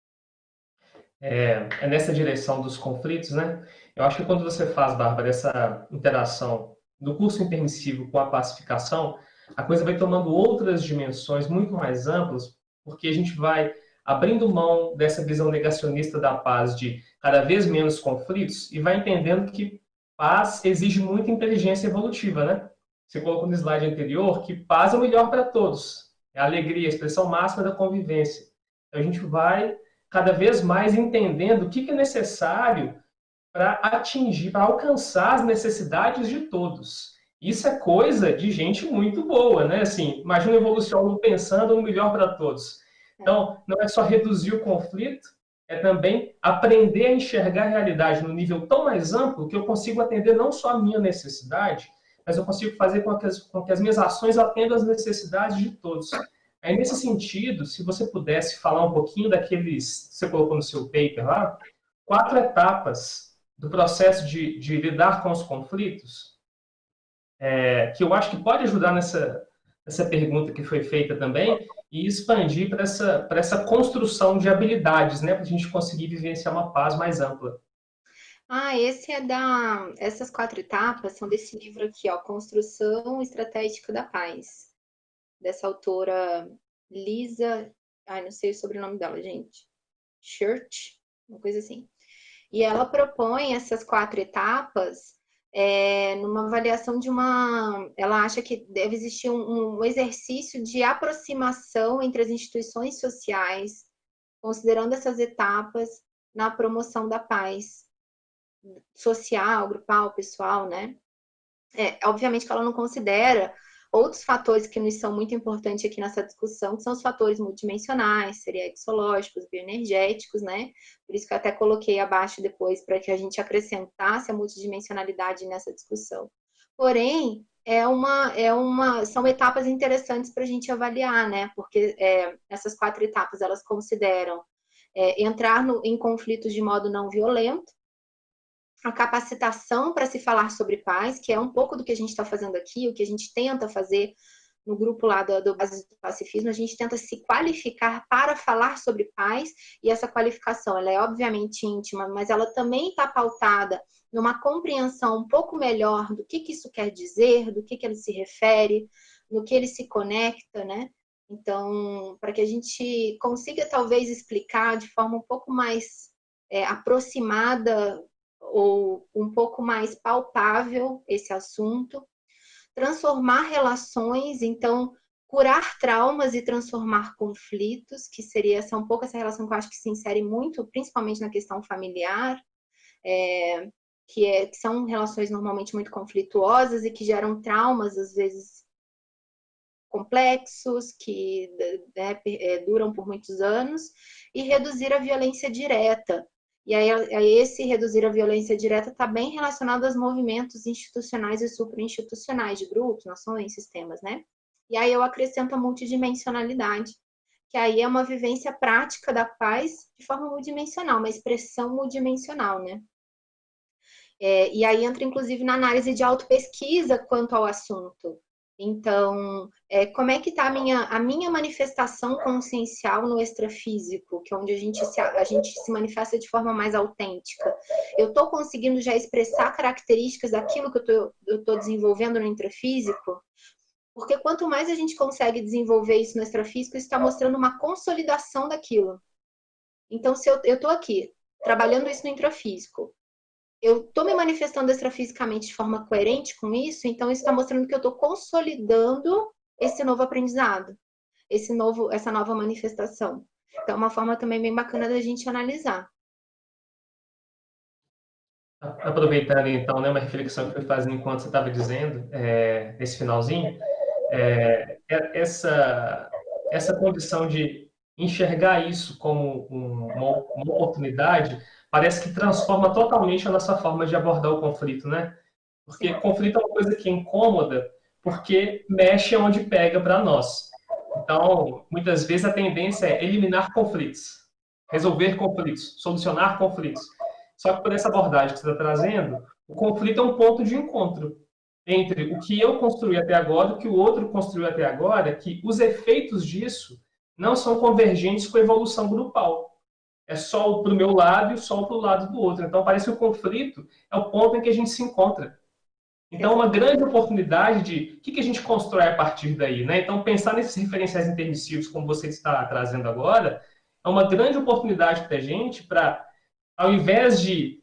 É, é nessa direção dos conflitos, né? Eu acho que quando você faz, Bárbara, essa interação do curso impermissivo com a pacificação, a coisa vai tomando outras dimensões muito mais amplas, porque a gente vai abrindo mão dessa visão negacionista da paz de cada vez menos conflitos e vai entendendo que paz exige muita inteligência evolutiva, né? Você colocou no slide anterior que paz é o melhor para todos. É a alegria, a expressão máxima da convivência. Então a gente vai cada vez mais entendendo o que é necessário para atingir, para alcançar as necessidades de todos. Isso é coisa de gente muito boa, né? Assim, imagina o evolucionismo pensando no melhor para todos. Então, não é só reduzir o conflito, é também aprender a enxergar a realidade no nível tão mais amplo que eu consigo atender não só a minha necessidade, mas eu consigo fazer com que as, com que as minhas ações atendam às necessidades de todos. Aí, nesse sentido, se você pudesse falar um pouquinho daqueles, você colocou no seu paper lá, quatro etapas do processo de, de lidar com os conflitos, é, que eu acho que pode ajudar nessa, nessa pergunta que foi feita também, e expandir para essa, para essa construção de habilidades, né, para a gente conseguir vivenciar uma paz mais ampla. Ah, esse é da... Essas quatro etapas são desse livro aqui, ó, Construção Estratégica da Paz, dessa autora Lisa... Ai, não sei o sobrenome dela, gente. Church, uma coisa assim. E ela propõe essas quatro etapas é, numa avaliação de uma... Ela acha que deve existir um, um exercício de aproximação entre as instituições sociais, considerando essas etapas na promoção da paz social, grupal, pessoal, né? É, obviamente que ela não considera outros fatores que nos são muito importantes aqui nessa discussão, que são os fatores multidimensionais, exológicos, bioenergéticos, né? Por isso que eu até coloquei abaixo depois para que a gente acrescentasse a multidimensionalidade nessa discussão. Porém, é uma, é uma, são etapas interessantes para a gente avaliar, né? Porque é, essas quatro etapas, elas consideram é, entrar no, em conflitos de modo não violento, a capacitação para se falar sobre paz, que é um pouco do que a gente está fazendo aqui, o que a gente tenta fazer no grupo lá do, do Bases do Pacifismo, a gente tenta se qualificar para falar sobre paz, e essa qualificação, ela é obviamente íntima, mas ela também está pautada numa compreensão um pouco melhor do que, que isso quer dizer, do que, que ele se refere, no que ele se conecta, né? Então, para que a gente consiga talvez explicar de forma um pouco mais é, aproximada ou um pouco mais palpável esse assunto, transformar relações, então curar traumas e transformar conflitos, que seria essa um pouco essa relação que eu acho que se insere muito, principalmente na questão familiar, é, que, é, que são relações normalmente muito conflituosas e que geram traumas, às vezes complexos, que né, duram por muitos anos, e reduzir a violência direta. E aí, aí esse reduzir a violência direta está bem relacionado aos movimentos institucionais e supra-institucionais de grupos, nações, sistemas, né? E aí eu acrescento a multidimensionalidade, que aí é uma vivência prática da paz de forma multidimensional, uma expressão multidimensional, né? É, e aí entra, inclusive, na análise de autopesquisa quanto ao assunto. Então, é, como é que está a minha, a minha manifestação consciencial no extrafísico, que é onde a gente se, a gente se manifesta de forma mais autêntica? Eu estou conseguindo já expressar características daquilo que eu estou desenvolvendo no intrafísico? Porque quanto mais a gente consegue desenvolver isso no extrafísico, isso está mostrando uma consolidação daquilo. Então, se eu estou aqui, trabalhando isso no intrafísico, eu estou me manifestando extrafisicamente de forma coerente com isso, então isso está mostrando que eu estou consolidando esse novo aprendizado, esse novo, essa nova manifestação. Então, é uma forma também bem bacana da gente analisar. Aproveitando, então, né, uma reflexão que eu fui fazendo enquanto você estava dizendo, é, esse finalzinho, é, essa, essa condição de enxergar isso como um, uma, uma oportunidade parece que transforma totalmente a nossa forma de abordar o conflito, né? Porque conflito é uma coisa que é incômoda, porque mexe onde pega para nós. Então, muitas vezes a tendência é eliminar conflitos, resolver conflitos, solucionar conflitos. Só que por essa abordagem que você está trazendo, o conflito é um ponto de encontro entre o que eu construí até agora e o que o outro construiu até agora, que os efeitos disso não são convergentes com a evolução grupal. É só para o meu lado e só para o lado do outro. Então, parece que o conflito é o ponto em que a gente se encontra. Então, é uma grande oportunidade de o que, que a gente constrói a partir daí, né? Então, pensar nesses referenciais intermissivos, como você está trazendo agora, é uma grande oportunidade para a gente para, ao invés de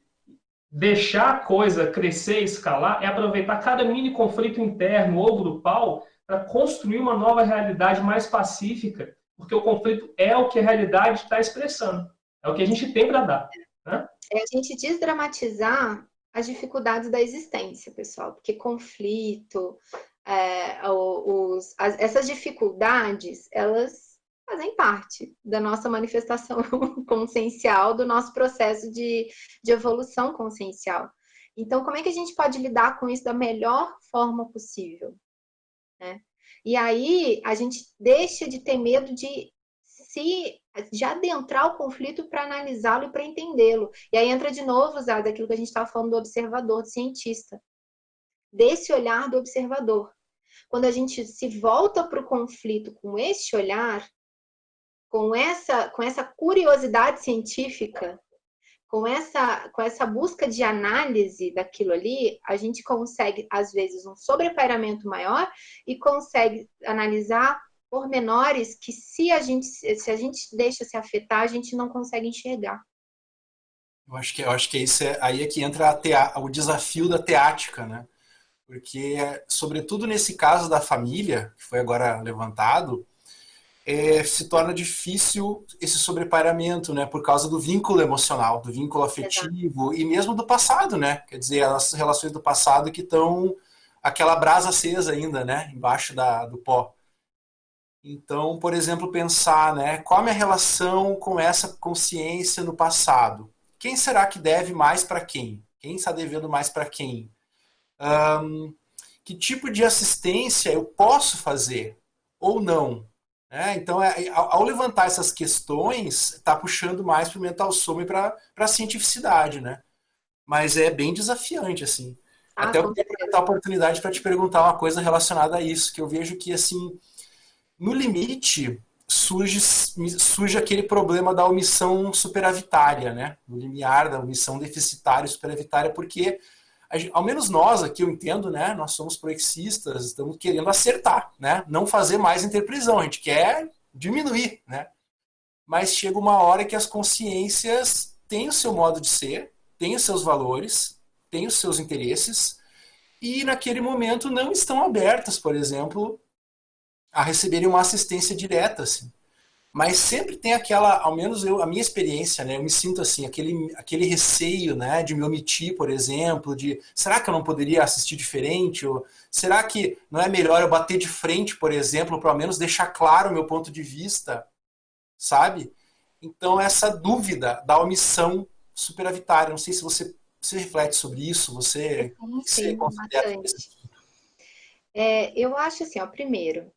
deixar a coisa crescer e escalar, é aproveitar cada mini conflito interno ou grupal para construir uma nova realidade mais pacífica, porque o conflito é o que a realidade está expressando. É o que a gente tem para dar. Né? É a gente desdramatizar as dificuldades da existência, pessoal, porque conflito, é, os, as, essas dificuldades, elas fazem parte da nossa manifestação consciencial, do nosso processo de, de evolução consciencial. Então, como é que a gente pode lidar com isso da melhor forma possível? Né? E aí, a gente deixa de ter medo de se de adentrar o conflito para analisá-lo e para entendê-lo. E aí entra de novo, Zé, daquilo que a gente estava falando do observador, do cientista. Desse olhar do observador. Quando a gente se volta para o conflito com esse olhar, com essa, com essa curiosidade científica, com essa, com essa busca de análise daquilo ali, a gente consegue, às vezes, um sobrepairamento maior e consegue analisar pormenores que se a gente se a gente deixa se afetar, a gente não consegue enxergar. Eu acho que eu acho que isso é aí é que entra a tea, o desafio da teática, né? Porque, sobretudo nesse caso da família, que foi agora levantado, é, se torna difícil esse sobrepairamento, né? Por causa do vínculo emocional, do vínculo afetivo. Exato. E mesmo do passado, né? Quer dizer, as relações do passado que estão aquela brasa acesa ainda, né? Embaixo da, do pó. Então, por exemplo, pensar, né, qual é a minha relação com essa consciência no passado? Quem será que deve mais para quem? Quem está devendo mais para quem? Um, que tipo de assistência eu posso fazer ou não? É, então, é, ao, ao levantar essas questões, está puxando mais para o mental soma e para a cientificidade, né? Mas é bem desafiante, assim. Ah, Até eu com queria aproveitar a certeza. oportunidade para te perguntar uma coisa relacionada a isso, que eu vejo que, assim, no limite, surge, surge aquele problema da omissão superavitária, né? No limiar da omissão deficitária e superavitária, porque, a gente- ao menos nós aqui, eu entendo, né? Nós somos proexistas, estamos querendo acertar, né? Não fazer mais interprisão, a gente quer diminuir, né? Mas chega uma hora que as consciências têm o seu modo de ser, têm os seus valores, têm os seus interesses, e naquele momento não estão abertas, por exemplo, a receberem uma assistência direta, assim. Mas sempre tem aquela, ao menos eu, a minha experiência, né? Eu me sinto assim, aquele, aquele receio, né? De me omitir, por exemplo, de será que eu não poderia assistir diferente? Ou será que não é melhor eu bater de frente, por exemplo, para ao menos deixar claro o meu ponto de vista, sabe? Então, essa dúvida da omissão superavitária, não sei se você, você reflete sobre isso, você, Sim, o que você sim, considera sobre esse bastante. assunto? É, eu acho assim, ó, primeiro,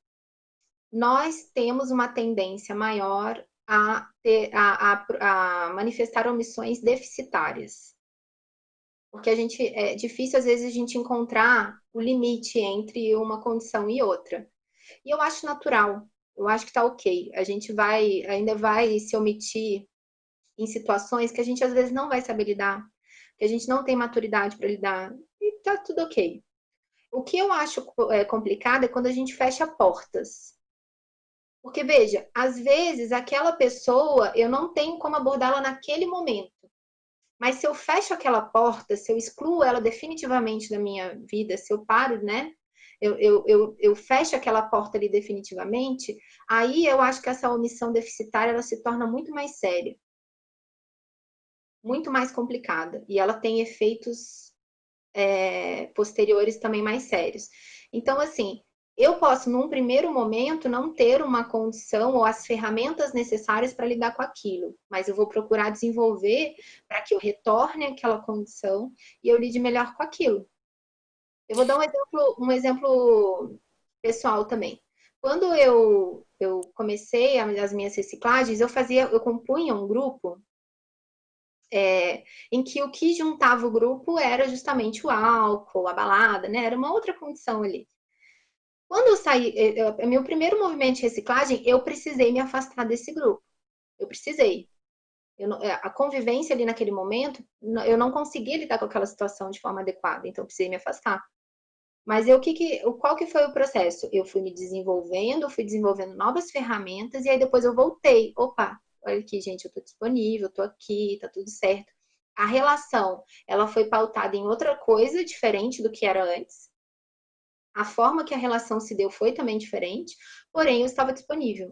nós temos uma tendência maior a, ter, a, a, a manifestar omissões deficitárias. Porque a gente, é difícil às vezes a gente encontrar o limite entre uma condição e outra. E eu acho natural, eu acho que tá ok. A gente vai, ainda vai se omitir em situações que a gente às vezes não vai saber lidar, que a gente não tem maturidade para lidar, e tá tudo ok. O que eu acho é, complicado é quando a gente fecha portas. Porque, veja, às vezes aquela pessoa eu não tenho como abordá-la naquele momento. Mas se eu fecho aquela porta, se eu excluo ela definitivamente da minha vida, se eu paro, né? Eu, eu, eu, eu fecho aquela porta ali definitivamente, aí eu acho que essa omissão deficitária ela se torna muito mais séria, muito mais complicada. E ela tem efeitos é, posteriores também mais sérios. Então, assim, eu posso, num primeiro momento, não ter uma condição ou as ferramentas necessárias para lidar com aquilo, mas eu vou procurar desenvolver para que eu retorne àquela condição e eu lide melhor com aquilo. Eu vou dar um exemplo, um exemplo pessoal também. Quando eu, eu comecei as minhas reciclagens, eu fazia, eu compunha um grupo é, em que o que juntava o grupo era justamente o álcool, a balada, né? Era uma outra condição ali. Quando eu saí, eu, eu, meu primeiro movimento de reciclagem, eu precisei me afastar desse grupo. Eu precisei. Eu não, a convivência ali naquele momento, eu não conseguia lidar com aquela situação de forma adequada, então eu precisei me afastar. Mas eu, que que, qual que foi o processo? Eu fui me desenvolvendo, fui desenvolvendo novas ferramentas, e aí depois eu voltei. Opa, olha aqui, gente, eu estou disponível, estou aqui, tá tudo certo. A relação, ela foi pautada em outra coisa diferente do que era antes. A forma que a relação se deu foi também diferente, porém eu estava disponível.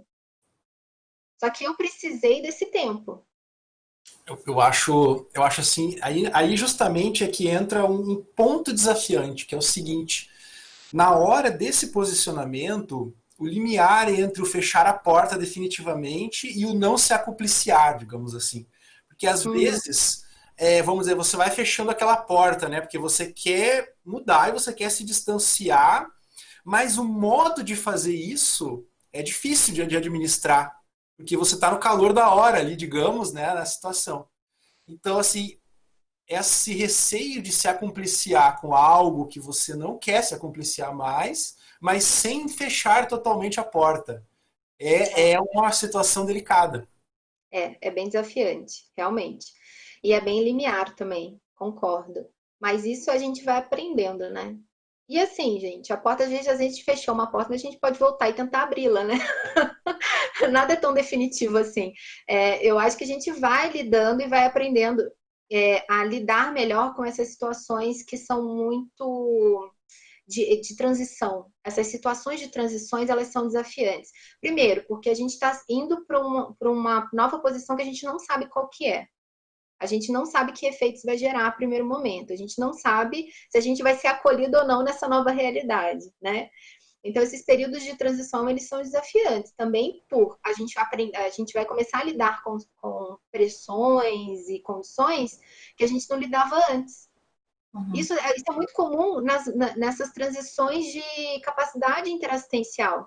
Só que eu precisei desse tempo. Eu, eu acho, eu acho assim, aí, aí justamente é que entra um, um ponto desafiante, que é o seguinte: na hora desse posicionamento, o limiar entre o fechar a porta definitivamente e o não se acopliciar, digamos assim. Porque às Uhum. vezes, é, vamos dizer, você vai fechando aquela porta, né? Porque você quer mudar e você quer se distanciar, mas o modo de fazer isso é difícil de, de administrar, porque você está no calor da hora ali, digamos, né, na situação. Então, assim, esse receio de se acompliciar com algo que você não quer se acompliciar mais, mas sem fechar totalmente a porta. É, é uma situação delicada. É, é bem desafiante, realmente. E é bem limiar também, concordo. Mas isso a gente vai aprendendo, né? E assim, gente, a porta, às vezes, a gente fechou uma porta, mas a gente pode voltar e tentar abri-la, né? Nada é tão definitivo assim. É, eu acho que a gente vai lidando e vai aprendendo é, a lidar melhor com essas situações que são muito de, de transição. Essas situações de transições, elas são desafiantes. Primeiro, porque a gente está indo para uma, para uma nova posição que a gente não sabe qual que é. A gente não sabe que efeitos vai gerar a primeiro momento. A gente não sabe se a gente vai ser acolhido ou não nessa nova realidade, né? Então, esses períodos de transição, eles são desafiantes. Também por a gente, aprend... a gente vai começar a lidar com, com pressões e condições que a gente não lidava antes. Uhum. Isso, é, isso é muito comum nas, nessas transições de capacidade interassistencial.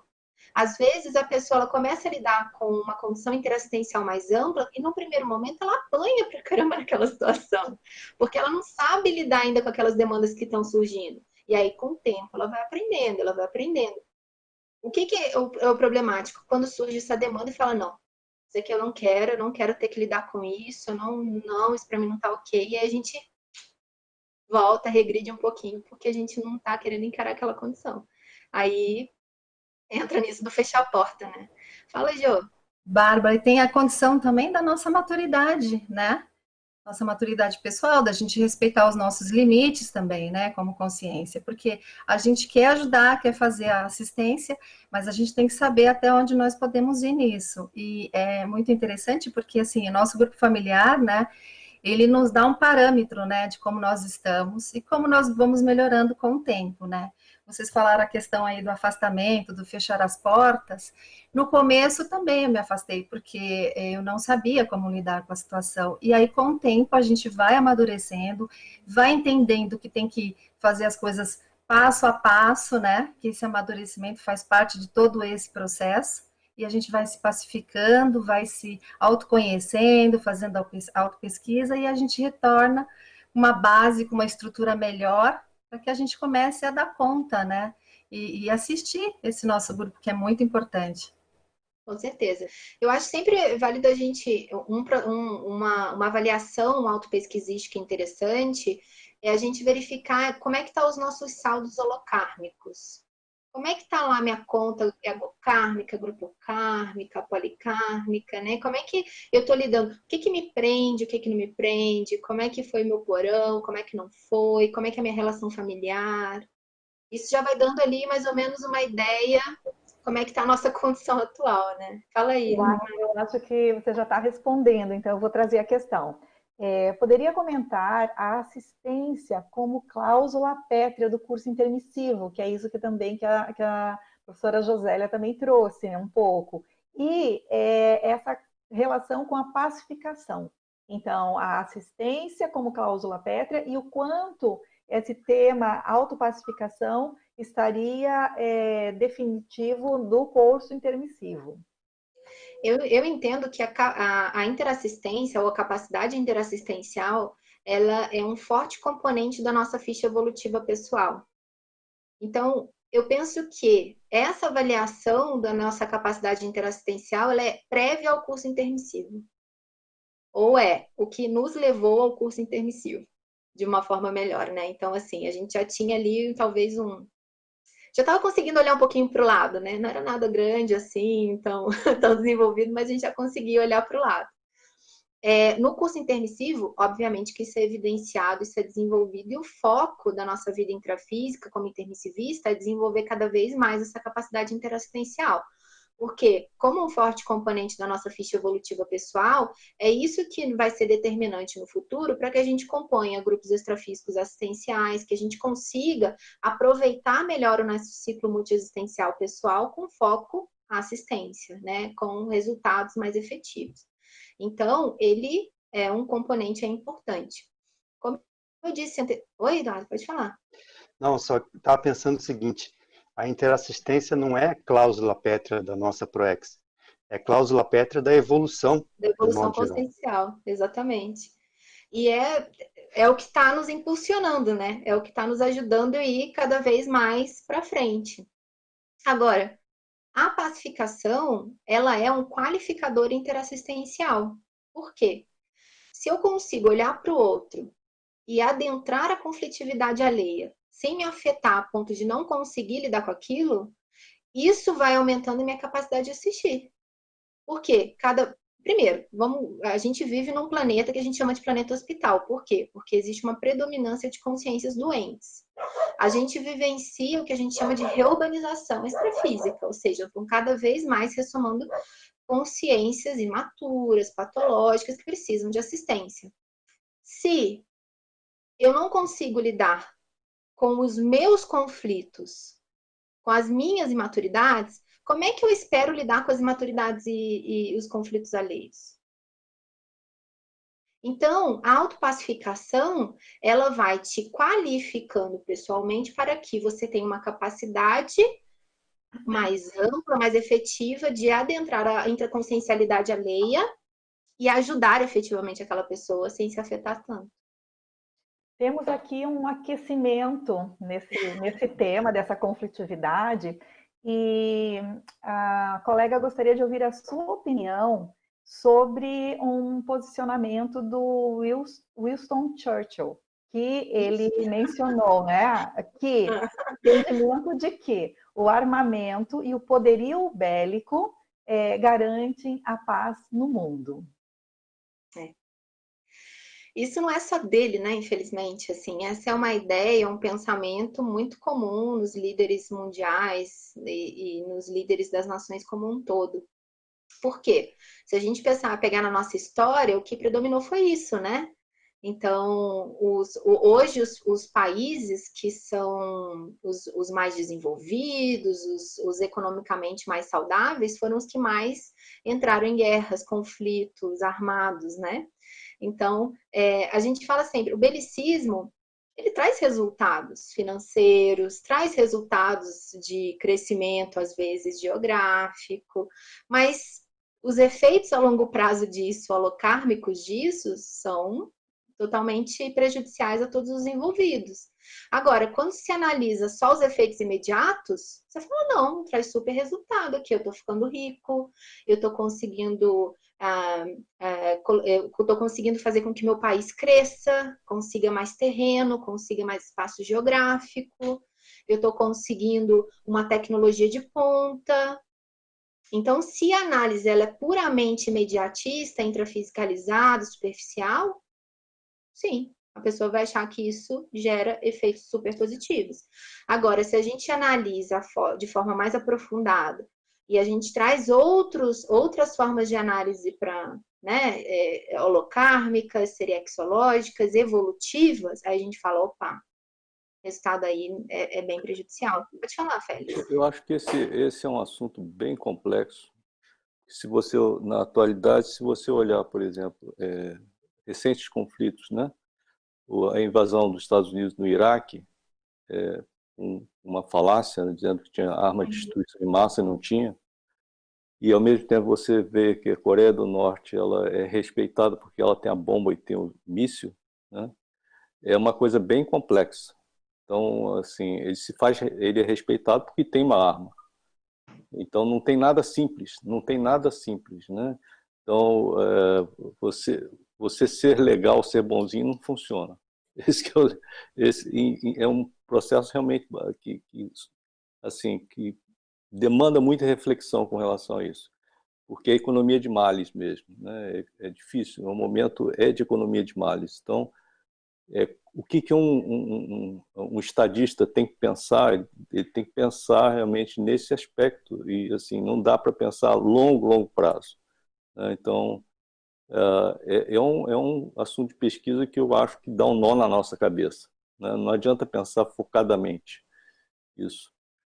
Às vezes a pessoa ela começa a lidar com uma condição interassistencial mais ampla e no primeiro momento ela apanha pra caramba naquela situação, porque ela não sabe lidar ainda com aquelas demandas que estão surgindo. E aí, com o tempo, ela vai aprendendo, ela vai aprendendo. O que, que é, o, é o problemático? Quando surge essa demanda e fala, não, isso aqui eu não quero, eu não quero ter que lidar com isso, eu não, não, isso para mim não tá ok. E aí a gente volta, regride um pouquinho, porque a gente não tá querendo encarar aquela condição. Aí entra nisso do fechar a porta, né? Fala, Jô. Bárbara, e tem a condição também da nossa maturidade, né? Nossa maturidade pessoal, da gente respeitar os nossos limites também, né, como consciência, porque a gente quer ajudar, quer fazer a assistência, mas a gente tem que saber até onde nós podemos ir nisso. E é muito interessante porque, assim, o nosso grupo familiar, né, ele nos dá um parâmetro, né, de como nós estamos e como nós vamos melhorando com o tempo, né. Vocês falaram a questão aí do afastamento, do fechar as portas. No começo também eu me afastei, porque eu não sabia como lidar com a situação. E aí, com o tempo, a gente vai amadurecendo, vai entendendo que tem que fazer as coisas passo a passo, né? Que esse amadurecimento faz parte de todo esse processo. E a gente vai se pacificando, vai se autoconhecendo, fazendo autopesquisa, e a gente retorna uma base com uma estrutura melhor para que a gente comece a dar conta, né? E, e assistir esse nosso grupo, que é muito importante. Com certeza. Eu acho sempre válido a gente, um, um, uma, uma avaliação autopesquisística interessante, é a gente verificar como é que estão os nossos saldos holocármicos. Como é que está lá a minha conta egocármica, grupo kármica, policármica, né? Como é que eu estou lidando? O que, que me prende, o que, que não me prende? Como é que foi meu porão? Como é que não foi? Como é que é a minha relação familiar? Isso já vai dando ali mais ou menos uma ideia como é que está a nossa condição atual, né? Fala aí. Eu acho, eu acho que você já está respondendo, então eu vou trazer a questão. É, poderia comentar a assistência como cláusula pétrea do curso intermissivo, que é isso que também que a, que a professora Josélia também trouxe, né, um pouco. E é, essa relação com a pacificação. Então, a assistência como cláusula pétrea e o quanto esse tema autopacificação estaria é, definitivo do curso intermissivo. Eu, eu entendo que a, a, a interassistência ou a capacidade interassistencial, ela é um forte componente da nossa ficha evolutiva pessoal. Então, eu penso que essa avaliação da nossa capacidade interassistencial, ela é prévia ao curso intermissivo. Ou é o que nos levou ao curso intermissivo, de uma forma melhor, né? Então, assim, a gente já tinha ali talvez um já estava conseguindo olhar um pouquinho para o lado, né? Não era nada grande assim, tão, tão desenvolvido, mas a gente já conseguia olhar para o lado. É, no curso intermissivo, obviamente que isso é evidenciado, isso é desenvolvido, e o foco da nossa vida intrafísica como intermissivista é desenvolver cada vez mais essa capacidade interassistencial. Porque, como um forte componente da nossa ficha evolutiva pessoal, é isso que vai ser determinante no futuro para que a gente componha grupos extrafísicos assistenciais, que a gente consiga aproveitar melhor o nosso ciclo multiexistencial pessoal com foco à assistência, né? Com resultados mais efetivos. Então, ele é um componente importante. Como eu disse... Ante... Oi, Eduardo, pode falar. Não, só estava pensando o seguinte, a interassistência não é cláusula pétrea da nossa ProEx, é cláusula pétrea da evolução. Da evolução consciencial, exatamente. E é, é o que está nos impulsionando, né? É o que está nos ajudando a ir cada vez mais para frente. Agora, a pacificação, ela é um qualificador interassistencial. Por quê? Se eu consigo olhar para o outro e adentrar a conflitividade alheia, sem me afetar a ponto de não conseguir lidar com aquilo, isso vai aumentando a minha capacidade de assistir. Por quê? Cada... Primeiro, vamos... a gente vive num planeta que a gente chama de planeta hospital. Por quê? Porque existe uma predominância de consciências doentes. A gente vivencia o que a gente chama de reurbanização extrafísica, ou seja, estão cada vez mais ressomando consciências imaturas, patológicas, que precisam de assistência. Se eu não consigo lidar com os meus conflitos, com as minhas imaturidades, como é que eu espero lidar com as imaturidades e, e os conflitos alheios? Então, a autopacificação, ela vai te qualificando pessoalmente para que você tenha uma capacidade mais ampla, mais efetiva de adentrar a intraconsciencialidade alheia e ajudar efetivamente aquela pessoa sem se afetar tanto. Temos aqui um aquecimento nesse, nesse tema dessa conflitividade e a colega gostaria de ouvir a sua opinião sobre um posicionamento do Winston Churchill, que ele mencionou, né, que entendimento de que o armamento e o poderio bélico é, garantem a paz no mundo. É. Isso não é só dele, né, infelizmente, assim, essa é uma ideia, um pensamento muito comum nos líderes mundiais e, e nos líderes das nações como um todo. Por quê? Se a gente pensar, pegar na nossa história, o que predominou foi isso, né? Então, os, hoje os, os países que são os, os mais desenvolvidos, os, os economicamente mais saudáveis, foram os que mais entraram em guerras, conflitos armados, né? Então, é, a gente fala sempre, o belicismo, ele traz resultados financeiros, traz resultados de crescimento, às vezes, geográfico, mas os efeitos a longo prazo disso, holocármicos disso, são totalmente prejudiciais a todos os envolvidos. Agora, quando se analisa só os efeitos imediatos, você fala, não, traz super resultado aqui, eu estou ficando rico, eu estou conseguindo, ah, ah, eu estou conseguindo fazer com que meu país cresça, consiga mais terreno, consiga mais espaço geográfico, eu estou conseguindo uma tecnologia de ponta. Então, se a análise ela é puramente imediatista, intrafisicalizada, superficial, sim, a pessoa vai achar que isso gera efeitos super positivos. Agora, se a gente analisa de forma mais aprofundada e a gente traz outros, outras formas de análise para, né, é, holocármicas, seriexológicas, evolutivas, aí a gente fala, opa, o resultado aí é, é bem prejudicial. Pode falar, Félix. Eu acho que esse, esse é um assunto bem complexo. Se você, na atualidade, se você olhar, por exemplo, é, recentes conflitos, né? A invasão dos Estados Unidos no Iraque, é, um, uma falácia, né, dizendo que tinha arma de destruição em massa e não tinha. E, ao mesmo tempo, você vê que a Coreia do Norte ela é respeitada porque ela tem a bomba e tem o míssil, né? É uma coisa bem complexa. Então, assim, ele se faz, ele é respeitado porque tem uma arma. Então, não tem nada simples, não tem nada simples, né? Então, é, você, você ser legal, ser bonzinho, não funciona. Esse, que é, esse é um processo realmente que, que, assim, que demanda muita reflexão com relação a isso, porque é economia de males mesmo, né? É, é difícil, o momento é de economia de males. Então, é, o que, que um, um, um, um estadista tem que pensar? Ele tem que pensar realmente nesse aspecto, e assim, não dá para pensar a longo, longo prazo, né? Então, uh, é, é, um, é um assunto de pesquisa que eu acho que dá um nó na nossa cabeça, né? Não adianta pensar focadamente isso.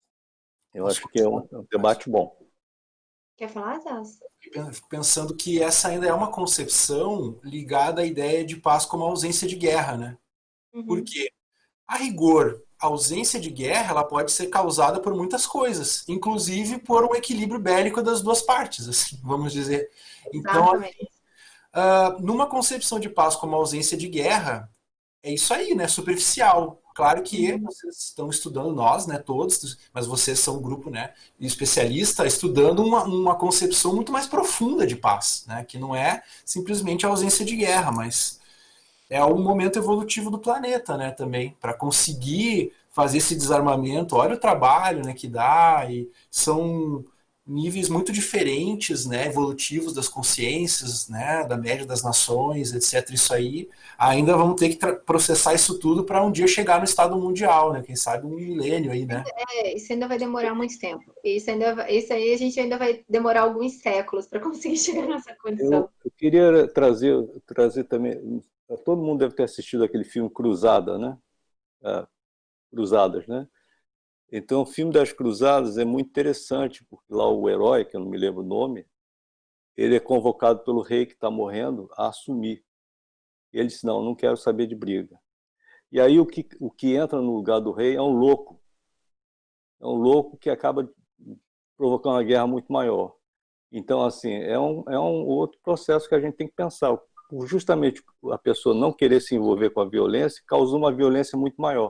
Eu acho que é um, é um debate bom. Quer falar, Zaz? Fico pensando que essa ainda é uma concepção ligada à ideia de paz como ausência de guerra, né? Uhum. Porque, a rigor, a ausência de guerra ela pode ser causada por muitas coisas, inclusive por um equilíbrio bélico das duas partes, assim, vamos dizer. Então, Exatamente. uh, numa concepção de paz como ausência de guerra, é isso aí, né? Superficial. Claro que Uhum. vocês estão estudando, nós, né, todos, mas vocês são um grupo, né, especialista, estudando uma, uma concepção muito mais profunda de paz, né, que não é simplesmente a ausência de guerra, mas é um momento evolutivo do planeta, né, também, para conseguir fazer esse desarmamento. Olha o trabalho, né, que dá, e são níveis muito diferentes, né, evolutivos das consciências, né, da média das nações, etc. Isso aí, ainda vamos ter que processar isso tudo para um dia chegar no estado mundial, né, quem sabe um milênio aí, né. É, isso ainda vai demorar muito tempo. Isso, ainda, isso aí a gente ainda vai demorar alguns séculos para conseguir chegar nessa condição. Eu, eu queria trazer, trazer também, todo mundo deve ter assistido aquele filme Cruzada, né? Ah, Cruzadas, né? Então, o filme das Cruzadas é muito interessante, porque lá o herói, que eu não me lembro o nome, ele é convocado pelo rei que está morrendo a assumir. E ele disse, não, não quero saber de briga. E aí o que, o que entra no lugar do rei é um louco. É um louco que acaba provocar uma guerra muito maior. Então, assim, é um, é um outro processo que a gente tem que pensar. Justamente a pessoa não querer se envolver com a violência causou uma violência muito maior.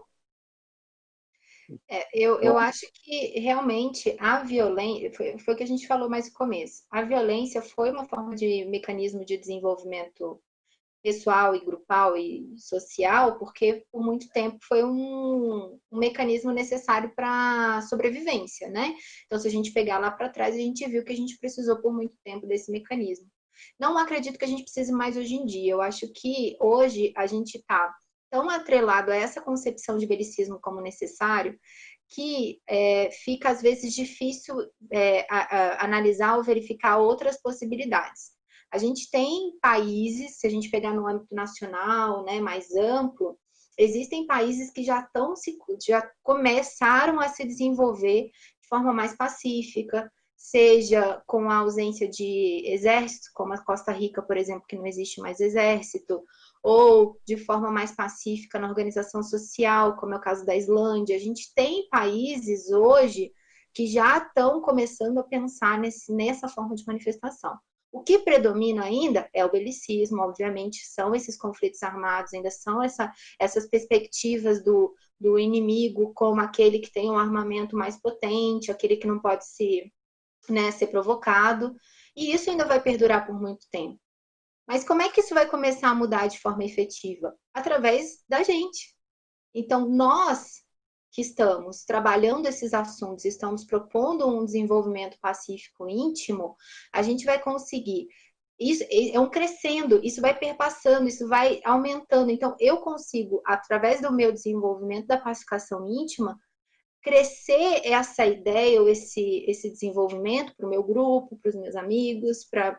É, eu, eu acho que realmente a violência, foi, foi o que a gente falou mais no começo, a violência foi uma forma de mecanismo de desenvolvimento pessoal e grupal e social, porque por muito tempo foi um, um mecanismo necessário para sobrevivência, né? Então, se a gente pegar lá para trás, a gente viu que a gente precisou por muito tempo desse mecanismo. Não acredito que a gente precise mais hoje em dia. Eu acho que hoje a gente está tão atrelado a essa concepção de belicismo como necessário que é, fica às vezes difícil é, a, a, analisar ou verificar outras possibilidades. A gente tem países, se a gente pegar no âmbito nacional, né, mais amplo, existem países que já estão já começaram a se desenvolver de forma mais pacífica, seja com a ausência de exército, como a Costa Rica, por exemplo, que não existe mais exército, ou de forma mais pacífica na organização social, como é o caso da Islândia. A gente tem países hoje que já estão começando a pensar nesse, nessa forma de manifestação. O que predomina ainda é o belicismo, obviamente, são esses conflitos armados, ainda são essa, essas perspectivas do, do inimigo como aquele que tem um armamento mais potente, aquele que não pode se, né, ser provocado, e isso ainda vai perdurar por muito tempo. Mas como é que isso vai começar a mudar de forma efetiva? Através da gente. Então, nós que estamos trabalhando esses assuntos, estamos propondo um desenvolvimento pacífico íntimo, a gente vai conseguir. Isso é um crescendo, isso vai perpassando, isso vai aumentando. Então, eu consigo, através do meu desenvolvimento da pacificação íntima, crescer essa ideia ou esse, esse desenvolvimento para o meu grupo, para os meus amigos, para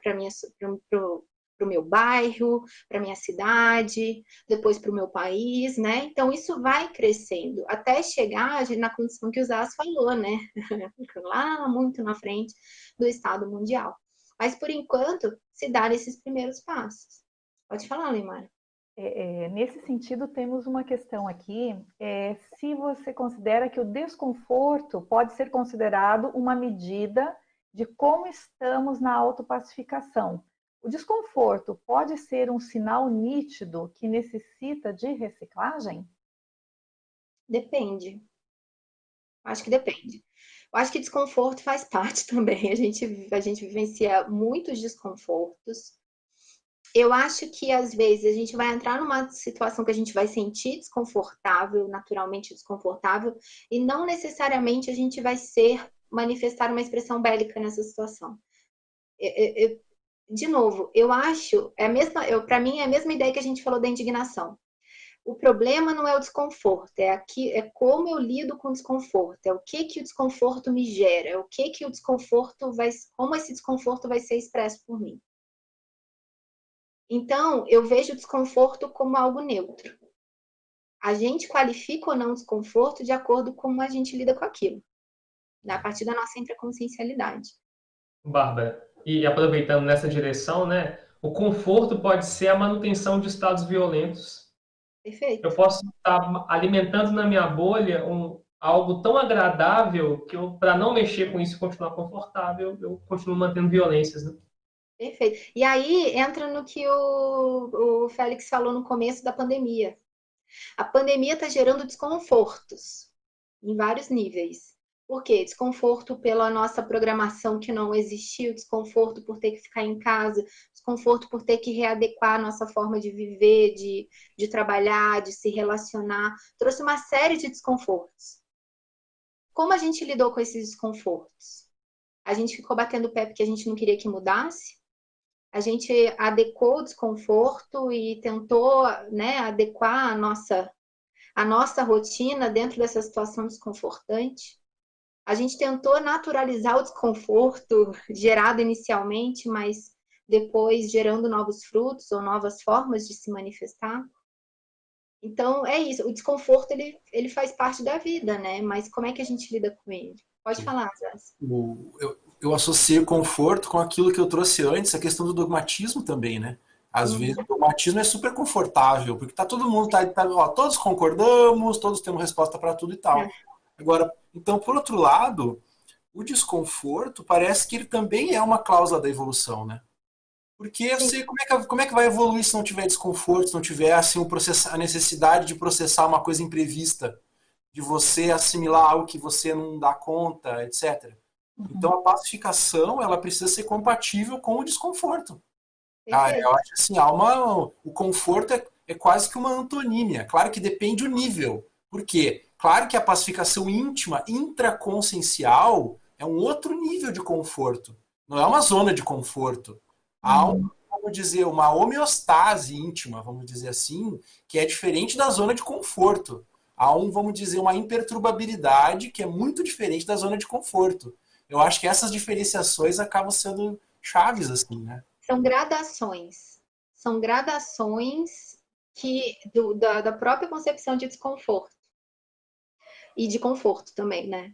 o meu bairro, para a minha cidade, depois para o meu país, né? Então, isso vai crescendo, até chegar na condição que o Zaz falou, né? Lá muito na frente do Estado Mundial. Mas, por enquanto, se dar esses primeiros passos. Pode falar, Leymar. É, é, nesse sentido, temos uma questão aqui, é, se você considera que o desconforto pode ser considerado uma medida de como estamos na autopacificação. O desconforto pode ser um sinal nítido que necessita de reciclagem? Depende. Acho que depende. Eu acho que desconforto faz parte também. A gente, a gente vivencia muitos desconfortos. Eu acho que, às vezes, a gente vai entrar numa situação que a gente vai sentir desconfortável, naturalmente desconfortável, e não necessariamente a gente vai ser, manifestar uma expressão bélica nessa situação. Eu, eu, de novo, eu acho, é a mesma, para mim é a mesma ideia que a gente falou da indignação. O problema não é o desconforto, é, aqui, é como eu lido com o desconforto, é o que, que o desconforto me gera, é o que, que o desconforto vai, como esse desconforto vai ser expresso por mim. Então, eu vejo o desconforto como algo neutro. A gente qualifica ou não o desconforto de acordo com como a gente lida com aquilo, a partir da nossa intraconsciencialidade. Bárbara, e aproveitando nessa direção, né, o conforto pode ser a manutenção de estados violentos. Perfeito. Eu posso estar alimentando na minha bolha um, algo tão agradável que eu, para não mexer com isso e continuar confortável, eu continuo mantendo violências, né? Perfeito. E aí entra no que o, o Félix falou no começo da pandemia. A pandemia está gerando desconfortos em vários níveis. Por quê? Desconforto pela nossa programação que não existiu, desconforto por ter que ficar em casa, desconforto por ter que readequar a nossa forma de viver, de, de trabalhar, de se relacionar. Trouxe uma série de desconfortos. Como a gente lidou com esses desconfortos? A gente ficou batendo o pé porque a gente não queria que mudasse? A gente adequou o desconforto e tentou, né, adequar a nossa, a nossa rotina dentro dessa situação desconfortante. A gente tentou naturalizar o desconforto gerado inicialmente, mas depois gerando novos frutos ou novas formas de se manifestar. Então, é isso. O desconforto, ele, ele faz parte da vida, né? Mas como é que a gente lida com ele? Pode falar, Zaz. Eu, eu associei o conforto com aquilo que eu trouxe antes, a questão do dogmatismo também, né? Às uhum. vezes o dogmatismo é super confortável, porque tá todo mundo, tá, tá, ó, todos concordamos, todos temos resposta para tudo e tal. É. Agora, então, por outro lado, o desconforto parece que ele também é uma cláusula da evolução, né? Porque você, como, é que, como é que vai evoluir se não tiver desconforto, se não tiver assim, um process, a necessidade de processar uma coisa imprevista, de você assimilar algo que você não dá conta, etcétera. Uhum. Então a pacificação ela precisa ser compatível com o desconforto. Ah, eu acho assim, há uma, o conforto é, é quase que uma antonímia. Claro que depende do nível. Por quê? Claro que a pacificação íntima, intraconsciencial, é um outro nível de conforto. Não é uma zona de conforto. Há, um, vamos dizer, uma homeostase íntima, vamos dizer assim, que é diferente da zona de conforto. Há um, vamos dizer, uma imperturbabilidade que é muito diferente da zona de conforto. Eu acho que essas diferenciações acabam sendo chaves, assim, né? São gradações. São gradações que, do, da, da própria concepção de desconforto. E de conforto também, né?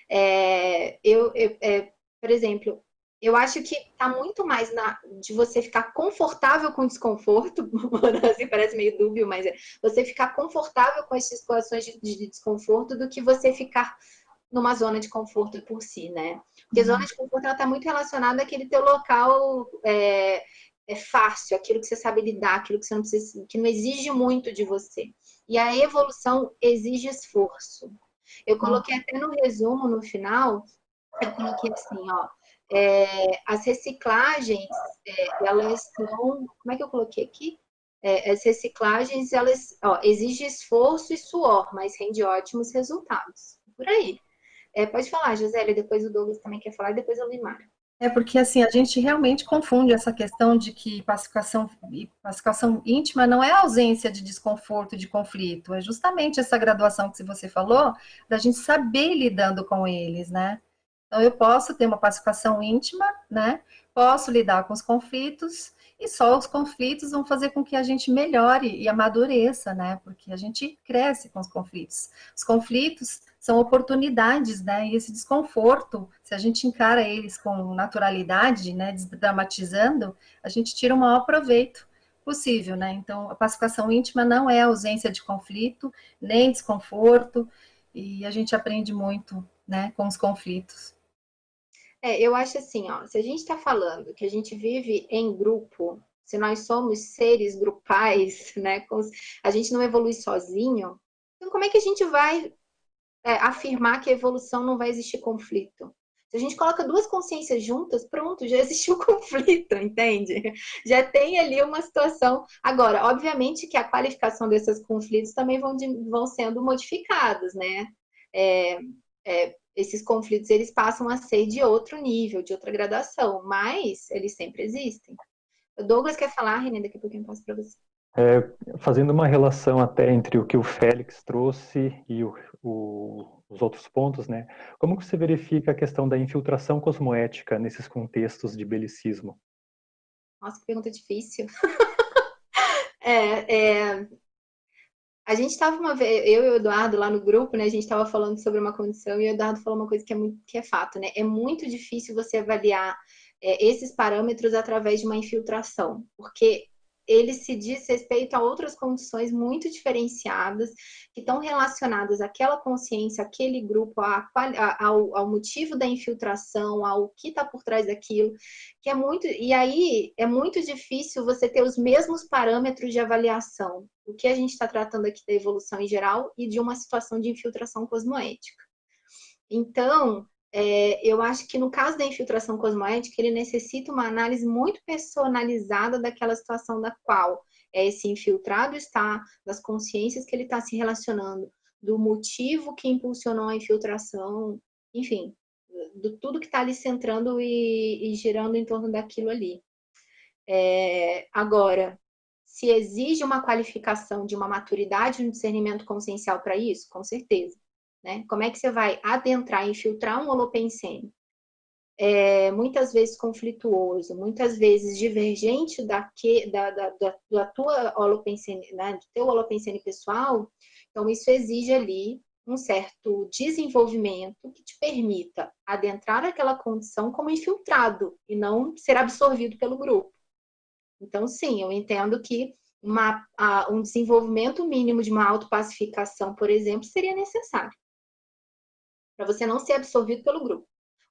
É, eu, eu é, por exemplo, eu acho que tá muito mais na, de você ficar confortável com o desconforto, assim, parece meio dúbio, mas é você ficar confortável com as situações de, de desconforto do que você ficar numa zona de conforto por si, né? Porque uhum. Zona de conforto, ela tá muito relacionada àquele teu local é, é fácil, aquilo que você sabe lidar, aquilo que você não precisa, que não exige muito de você. E a evolução exige esforço. Eu coloquei até no resumo, no final, eu coloquei assim, ó, é, as reciclagens, é, elas são, como é que eu coloquei aqui? É, as reciclagens, elas, ó, exigem esforço e suor, mas rende ótimos resultados. Por aí. É, pode falar, Gisele, depois o Douglas também quer falar, e depois a Limara. É porque, assim, a gente realmente confunde essa questão de que pacificação, pacificação íntima não é ausência de desconforto, de conflito, é justamente essa graduação que você falou, da gente saber ir lidando com eles, né? Então, eu posso ter uma pacificação íntima, né? Posso lidar com os conflitos, e só os conflitos vão fazer com que a gente melhore e amadureça, né? Porque a gente cresce com os conflitos. Os conflitos são oportunidades, né? E esse desconforto, se a gente encara eles com naturalidade, né? Desdramatizando, a gente tira o maior proveito possível, né? Então, a pacificação íntima não é ausência de conflito, nem desconforto, e a gente aprende muito, né? Com os conflitos. É, eu acho assim, ó, se a gente está falando que a gente vive em grupo, se nós somos seres grupais, né? A gente não evolui sozinho, então como é que a gente vai É, afirmar que a evolução não vai existir conflito? Se a gente coloca duas consciências juntas, pronto, já existiu conflito, entende? Já tem ali uma situação. Agora, obviamente que a qualificação desses conflitos também vão, de, vão sendo modificados, né? É, é, esses conflitos, eles passam a ser de outro nível, de outra gradação, mas eles sempre existem. O Douglas quer falar, Renê, daqui a pouquinho eu passo para você. É, fazendo uma relação até entre o que o Félix trouxe e o, o, os outros pontos, né? Como que você verifica a questão da infiltração cosmoética nesses contextos de belicismo? Nossa, que pergunta difícil. é, é, a gente estava uma vez, eu e o Eduardo lá no grupo, né? A gente estava falando sobre uma condição e o Eduardo falou uma coisa que é, muito, que é fato, né? É muito difícil você avaliar é, esses parâmetros através de uma infiltração, porque ele se diz respeito a outras condições muito diferenciadas que estão relacionadas àquela consciência, àquele grupo, a, a, ao, ao motivo da infiltração, ao que está por trás daquilo, que é muito, e aí é muito difícil você ter os mesmos parâmetros de avaliação, o que a gente está tratando aqui da evolução em geral e de uma situação de infiltração cosmoética. Então, É, eu acho que no caso da infiltração cosmoética, ele necessita uma análise muito personalizada daquela situação da qual esse infiltrado está, das consciências que ele está se relacionando, do motivo que impulsionou a infiltração, enfim, do tudo que está ali centrando e, e girando em torno daquilo ali. É, agora, se exige uma qualificação de uma maturidade, um discernimento consciencial para isso, com certeza. Né? Como é que você vai adentrar, infiltrar um holopensene? É, muitas vezes conflituoso, muitas vezes divergente da, que, da, da, da, da tua holopensene, né? Do teu holopensene pessoal. Então, isso exige ali um certo desenvolvimento que te permita adentrar aquela condição como infiltrado e não ser absorvido pelo grupo. Então, sim, eu entendo que uma, a, um desenvolvimento mínimo de uma autopacificação, por exemplo, seria necessário para você não ser absorvido pelo grupo.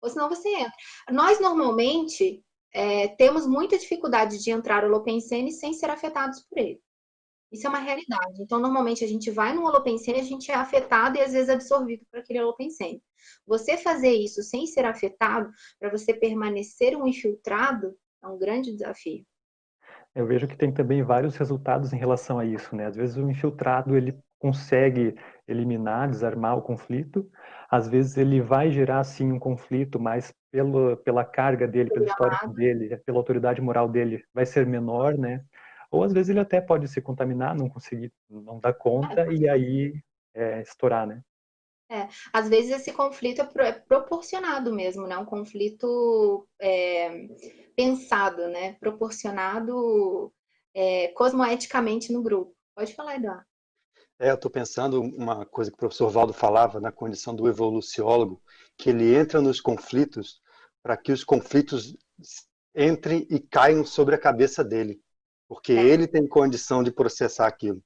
ou senão você entra. Nós, normalmente, é, temos muita dificuldade de entrar no Holopensene sem ser afetados por ele. Isso é uma realidade. Então, normalmente, a gente vai no Holopensene, a gente é afetado e, às vezes, absorvido por aquele Holopensene. Você fazer isso sem ser afetado, para você permanecer um infiltrado, é um grande desafio. Eu vejo que tem também vários resultados em relação a isso, né? Às vezes o infiltrado, ele consegue eliminar, desarmar o conflito. Às vezes ele vai gerar, sim, um conflito, mas pelo, pela carga dele, pelo histórico dele, pela autoridade moral dele, vai ser menor, né? Ou às vezes ele até pode se contaminar, não conseguir, não dar conta e aí é, estourar, né? É, às vezes esse conflito é, pro, é proporcionado mesmo, né? Um conflito é, pensado, né? Proporcionado é, cosmoeticamente no grupo. Pode falar, Eduardo. É, eu estou pensando uma coisa que o professor Valdo falava na condição do evoluciólogo, que ele entra nos conflitos para que os conflitos entrem e caiam sobre a cabeça dele, porque É. ele tem condição de processar aquilo.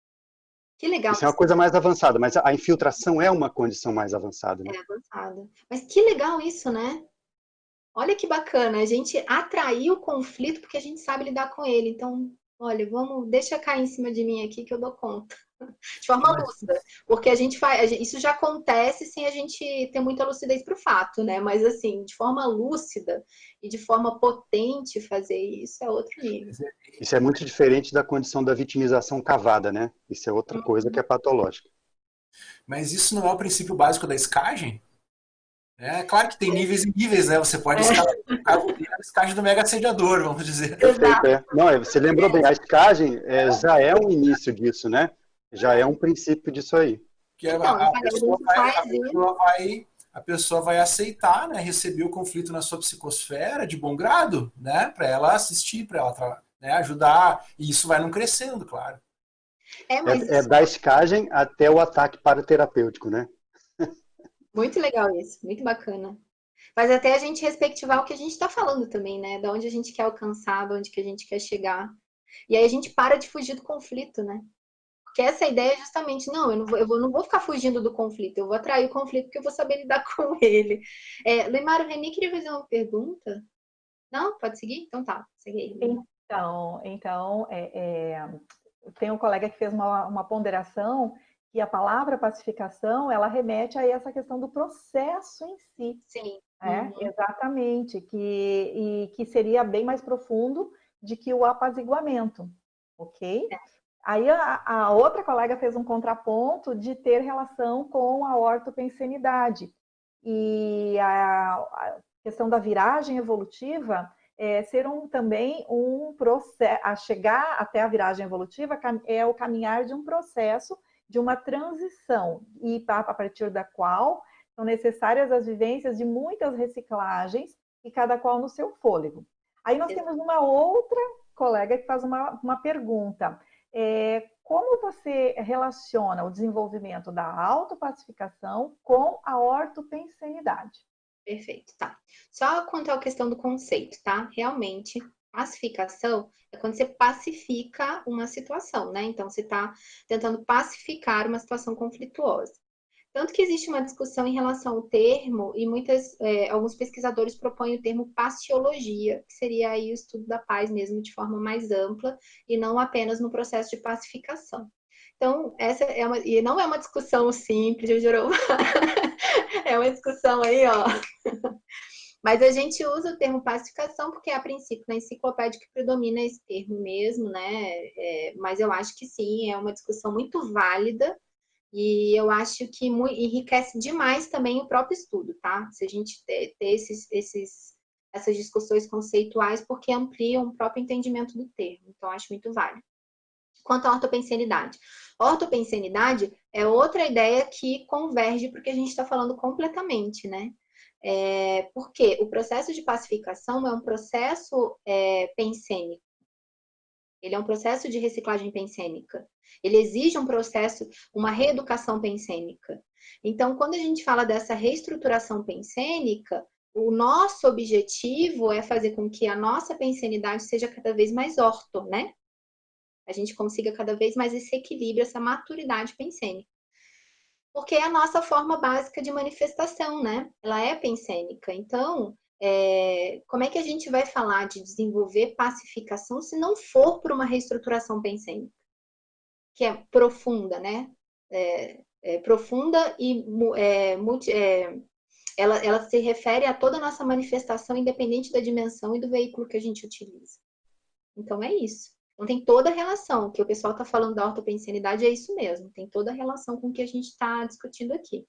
Que legal. Isso é uma coisa mais avançada, mas a infiltração é uma condição mais avançada, né? É avançada. Mas que legal isso, né? Olha que bacana, a gente atraiu o conflito porque a gente sabe lidar com ele. Então, olha, vamos, deixa cair em cima de mim aqui que eu dou conta. De forma lúcida, porque a gente faz, isso já acontece sem a gente ter muita lucidez para o fato, né? Mas assim, de forma lúcida e de forma potente fazer isso é outro nível. Isso é muito diferente da condição da vitimização cavada, né? Isso é outra coisa que é patológica. Mas isso não é o princípio básico da escagem? É claro que tem níveis e níveis, né? Você pode escalar a escagem do mega assediador, vamos dizer. Perfeito, é. Não, você lembrou bem, a escagem é, já é um início disso, né? Já é um princípio disso aí. Que a, a, a, pessoa vai, a, pessoa vai, a pessoa vai aceitar, né? Receber o conflito na sua psicosfera de bom grado, né? Para ela assistir, para ela, né, ajudar. E isso vai não crescendo, claro. É, mas é, é da escagem até o ataque paraterapêutico, né? Muito legal isso, muito bacana. Mas até a gente respectivar o que a gente está falando também, né? Da onde a gente quer alcançar, de onde que a gente quer chegar. E aí a gente para de fugir do conflito, né? Porque essa ideia é justamente, não, eu não vou, eu não vou ficar fugindo do conflito, eu vou atrair o conflito porque eu vou saber lidar com ele. É, Leimar, o Reni queria fazer uma pergunta? Não? Pode seguir? Então tá, segue aí. Então, então é, é, tem um colega que fez uma, uma ponderação que a palavra pacificação, ela remete a essa questão do processo em si. Sim. É, uhum. Exatamente, que, e, que seria bem mais profundo de que o apaziguamento, ok? É. Aí a, a outra colega fez um contraponto de ter relação com a ortopensenidade. E a, a questão da viragem evolutiva é ser um, também um processo, a chegar até a viragem evolutiva é o caminhar de um processo de uma transição, e a partir da qual são necessárias as vivências de muitas reciclagens, e cada qual no seu fôlego. Aí nós temos uma outra colega que faz uma, uma pergunta. É, como você relaciona o desenvolvimento da autopacificação com a ortopensenidade? Perfeito, tá. Só quanto à questão do conceito, tá? Realmente, pacificação é quando você pacifica uma situação, né? Então, você está tentando pacificar uma situação conflituosa. Tanto que existe uma discussão em relação ao termo, e muitas, é, alguns pesquisadores propõem o termo paciologia, que seria aí o estudo da paz mesmo de forma mais ampla, e não apenas no processo de pacificação. Então, essa é uma, e não é uma discussão simples, eu juro. É uma discussão aí, ó. Mas a gente usa o termo pacificação porque, a princípio, na enciclopédia que predomina esse termo mesmo, né? É, mas eu acho que sim, é uma discussão muito válida e eu acho que enriquece demais também o próprio estudo, tá? Se a gente ter, ter esses, esses, essas discussões conceituais, porque ampliam o próprio entendimento do termo. Então, acho muito válido. Quanto à ortopensenidade. Ortopensenidade é outra ideia que converge para o que a gente está falando completamente, né? É, porque o processo de pacificação é um processo é, pensênico. Ele é um processo de reciclagem pensênica. Ele exige um processo, uma reeducação pensênica. Então, quando a gente fala dessa reestruturação pensênica, o nosso objetivo é fazer com que a nossa pensenidade seja cada vez mais orto, né? A gente consiga cada vez mais esse equilíbrio, essa maturidade pensênica. porque é a nossa forma básica de manifestação, né? Ela é pensênica. Então, é, como é que a gente vai falar de desenvolver pacificação se não for por uma reestruturação pensênica, que é profunda, né? É, é profunda e é, multi, é, ela, ela se refere a toda a nossa manifestação, independente da dimensão e do veículo que a gente utiliza. Então, é isso. Então, tem toda a relação. O que o pessoal está falando da ortopensenidade é isso mesmo. Tem toda a relação com o que a gente está discutindo aqui.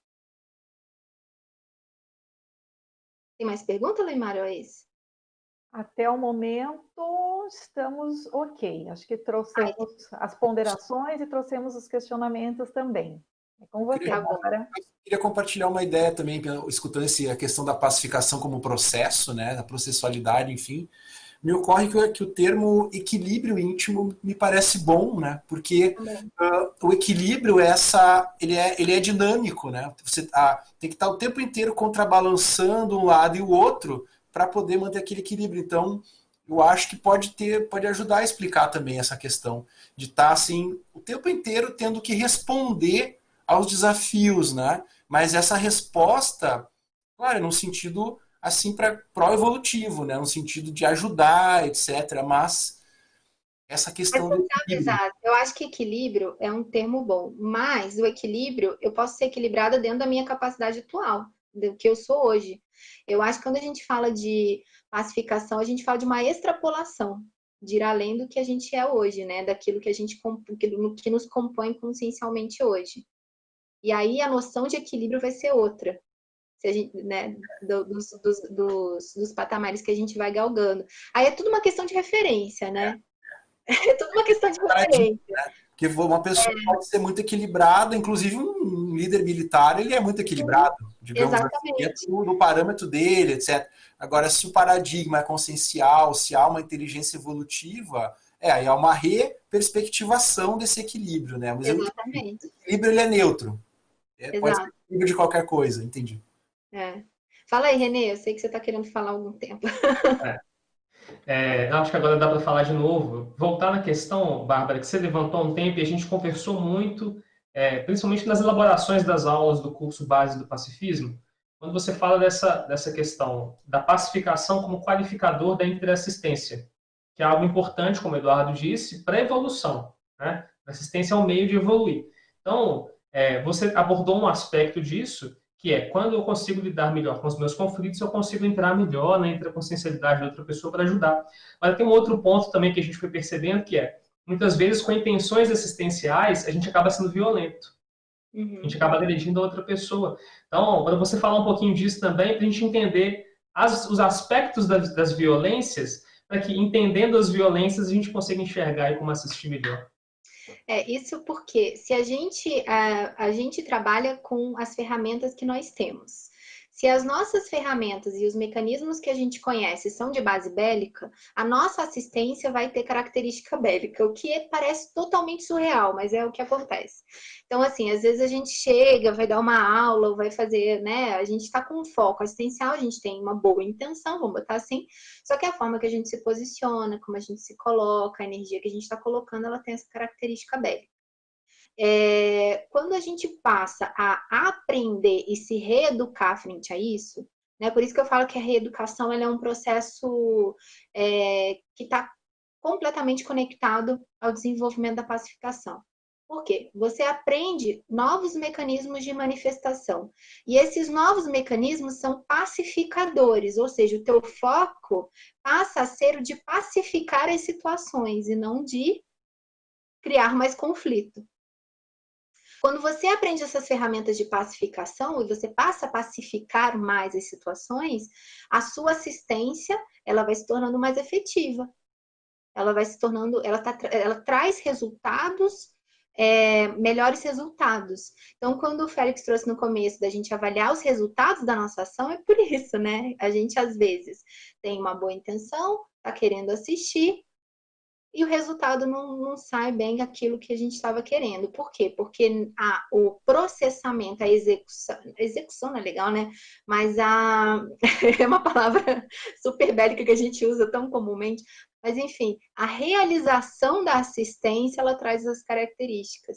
Tem mais pergunta, Leimar, ou é isso? Até o momento, estamos ok. Acho que trouxemos Ai. as ponderações e trouxemos os questionamentos também. É com você, queria, Bárbara. Eu queria compartilhar uma ideia também, escutando esse, a questão da pacificação como processo, né, da processualidade, enfim. Me ocorre que, que o termo equilíbrio íntimo me parece bom, né? Porque uh, o equilíbrio é essa, ele é, ele é dinâmico, né? Você ah, tem que estar o tempo inteiro contrabalançando um lado e o outro para poder manter aquele equilíbrio. Então, eu acho que pode ter, pode ajudar a explicar também essa questão de estar assim o tempo inteiro tendo que responder aos desafios, né? Mas essa resposta, claro, num sentido assim para pró-evolutivo, né? No sentido de ajudar, etcétera. Mas essa questão mas, do equilíbrio. Exato. Eu acho que equilíbrio é um termo bom, mas o equilíbrio, eu posso ser equilibrada dentro da minha capacidade atual, do que eu sou hoje. Eu acho que quando a gente fala de pacificação, a gente fala de uma extrapolação, de ir além do que a gente é hoje, né? Daquilo que a gente que nos compõe consciencialmente hoje. E aí a noção de equilíbrio vai ser outra. Se a gente, né, dos, dos, dos, dos patamares que a gente vai galgando. Aí é tudo uma questão de referência, né? É, é tudo uma questão de referência. Né? Porque uma pessoa é. pode ser muito equilibrada, inclusive um líder militar, ele é muito equilibrado, digamos Exatamente. assim, no parâmetro dele, etcétera. Agora, se o paradigma é consciencial, se há uma inteligência evolutiva, é, aí há uma reperspectivação desse equilíbrio, né? Mas Exatamente. O equilíbrio ele é neutro. É, pode ser equilíbrio de qualquer coisa, entendi. É. Fala aí, Renê, eu sei que você está querendo falar há algum tempo. É. É, acho que agora dá para falar de novo. Voltar na questão, Bárbara, que você levantou há um tempo e a gente conversou muito, é, principalmente nas elaborações das aulas do curso base do pacifismo, quando você fala dessa, dessa questão da pacificação como qualificador da interassistência, que é algo importante, como o Eduardo disse, para a evolução. Né? A assistência é um meio de evoluir. Então, é, você abordou um aspecto disso, que é, quando eu consigo lidar melhor com os meus conflitos, eu consigo entrar melhor na intraconsciencialidade de outra pessoa para ajudar. Mas tem um outro ponto também que a gente foi percebendo, que é, muitas vezes, com intenções assistenciais, a gente acaba sendo violento. Uhum. A gente acaba agredindo a outra pessoa. Então, para você falar um pouquinho disso também, para a gente entender as, os aspectos das, das violências, para que, entendendo as violências, a gente consiga enxergar e como assistir melhor. É, isso porque se a gente, a, a gente trabalha com as ferramentas que nós temos. Se as nossas ferramentas e os mecanismos que a gente conhece são de base bélica, a nossa assistência vai ter característica bélica, o que parece totalmente surreal, mas é o que acontece. Então, assim, às vezes a gente chega, vai dar uma aula, ou vai fazer, né? A gente está com um foco assistencial, a gente tem uma boa intenção, vamos botar assim, só que a forma que a gente se posiciona, como a gente se coloca, a energia que a gente está colocando, ela tem essa característica bélica. É, quando a gente passa a aprender e se reeducar frente a isso, né, por isso que eu falo que a reeducação ela é um processo é, que está completamente conectado ao desenvolvimento da pacificação. Por quê? Você aprende novos mecanismos de manifestação. E esses novos mecanismos são pacificadores, ou seja, o teu foco passa a ser o de pacificar as situações e não de criar mais conflito. Quando você aprende essas ferramentas de pacificação e você passa a pacificar mais as situações, a sua assistência ela vai se tornando mais efetiva. Ela vai se tornando, ela, tá, ela traz resultados, é, melhores resultados. Então, quando o Félix trouxe no começo da gente avaliar os resultados da nossa ação, é por isso, né? A gente, às vezes, tem uma boa intenção, tá querendo assistir, e o resultado não, não sai bem aquilo que a gente estava querendo. Por quê? Porque a, o processamento, a execução, a execução não é legal, né? Mas a, é uma palavra super bélica que a gente usa tão comumente. Mas, enfim, a realização da assistência, ela traz as características.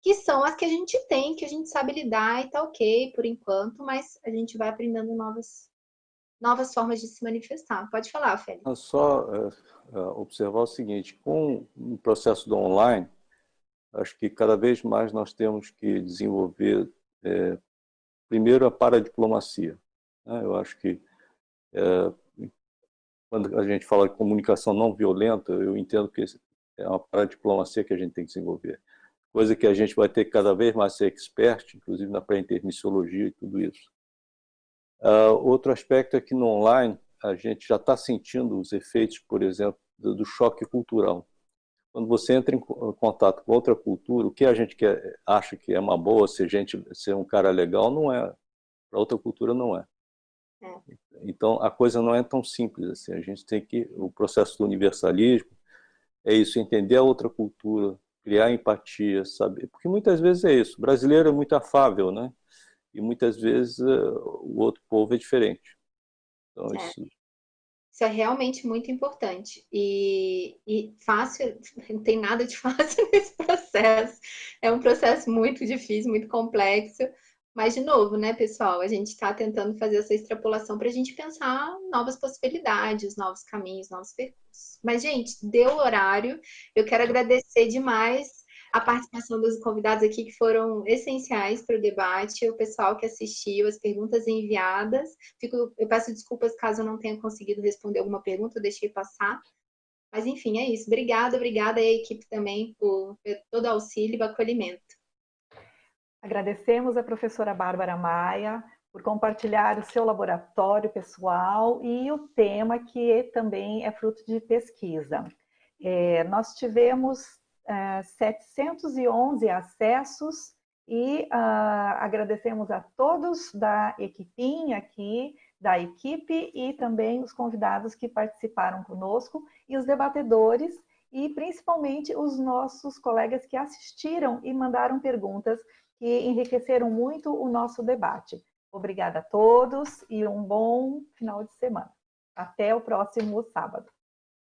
que são as que a gente tem, que a gente sabe lidar e tá ok por enquanto, mas a gente vai aprendendo novas, novas formas de se manifestar. Pode falar, Félix. É só é, é, observar o seguinte, com o processo do online, acho que cada vez mais nós temos que desenvolver, é, primeiro, a paradiplomacia. Né? Eu acho que é, quando a gente fala de comunicação não violenta, eu entendo que é uma paradiplomacia que a gente tem que desenvolver. Coisa que a gente vai ter que cada vez mais ser expert, inclusive na pré-intermissiologia e tudo isso. Uh, outro aspecto é que no online a gente já está sentindo os efeitos, por exemplo, do, do choque cultural. Quando você entra em contato com outra cultura, o que a gente quer, acha que é uma boa, ser, gente, ser um cara legal, não é. Para outra cultura, não é. é. Então, a coisa não é tão simples assim. A gente tem que... O processo do universalismo é isso, entender a outra cultura, criar empatia, saber. Porque muitas vezes é isso. O brasileiro é muito afável, né? E muitas vezes uh, o outro povo é diferente. Então, é. isso... Isso é realmente muito importante. E, e fácil, não tem nada de fácil nesse processo. É um processo muito difícil, muito complexo. Mas, de novo, né, pessoal? A gente está tentando fazer essa extrapolação para a gente pensar novas possibilidades, novos caminhos, novos percursos. Mas, gente, deu o horário. Eu quero agradecer demais a participação dos convidados aqui, que foram essenciais para o debate, o pessoal que assistiu, as perguntas enviadas. Fico, eu peço desculpas caso eu não tenha conseguido responder alguma pergunta, eu deixei passar. Mas, enfim, é isso. Obrigada, obrigada aí, a equipe também por todo o auxílio e o acolhimento. Agradecemos a professora Bárbara Maia por compartilhar o seu laboratório pessoal e o tema que também é fruto de pesquisa. É, nós tivemos uh, setecentos e onze acessos e uh, agradecemos a todos da equipinha aqui, da equipe e também os convidados que participaram conosco e os debatedores e principalmente os nossos colegas que assistiram e mandaram perguntas que enriqueceram muito o nosso debate. Obrigada a todos e um bom final de semana. Até o próximo sábado.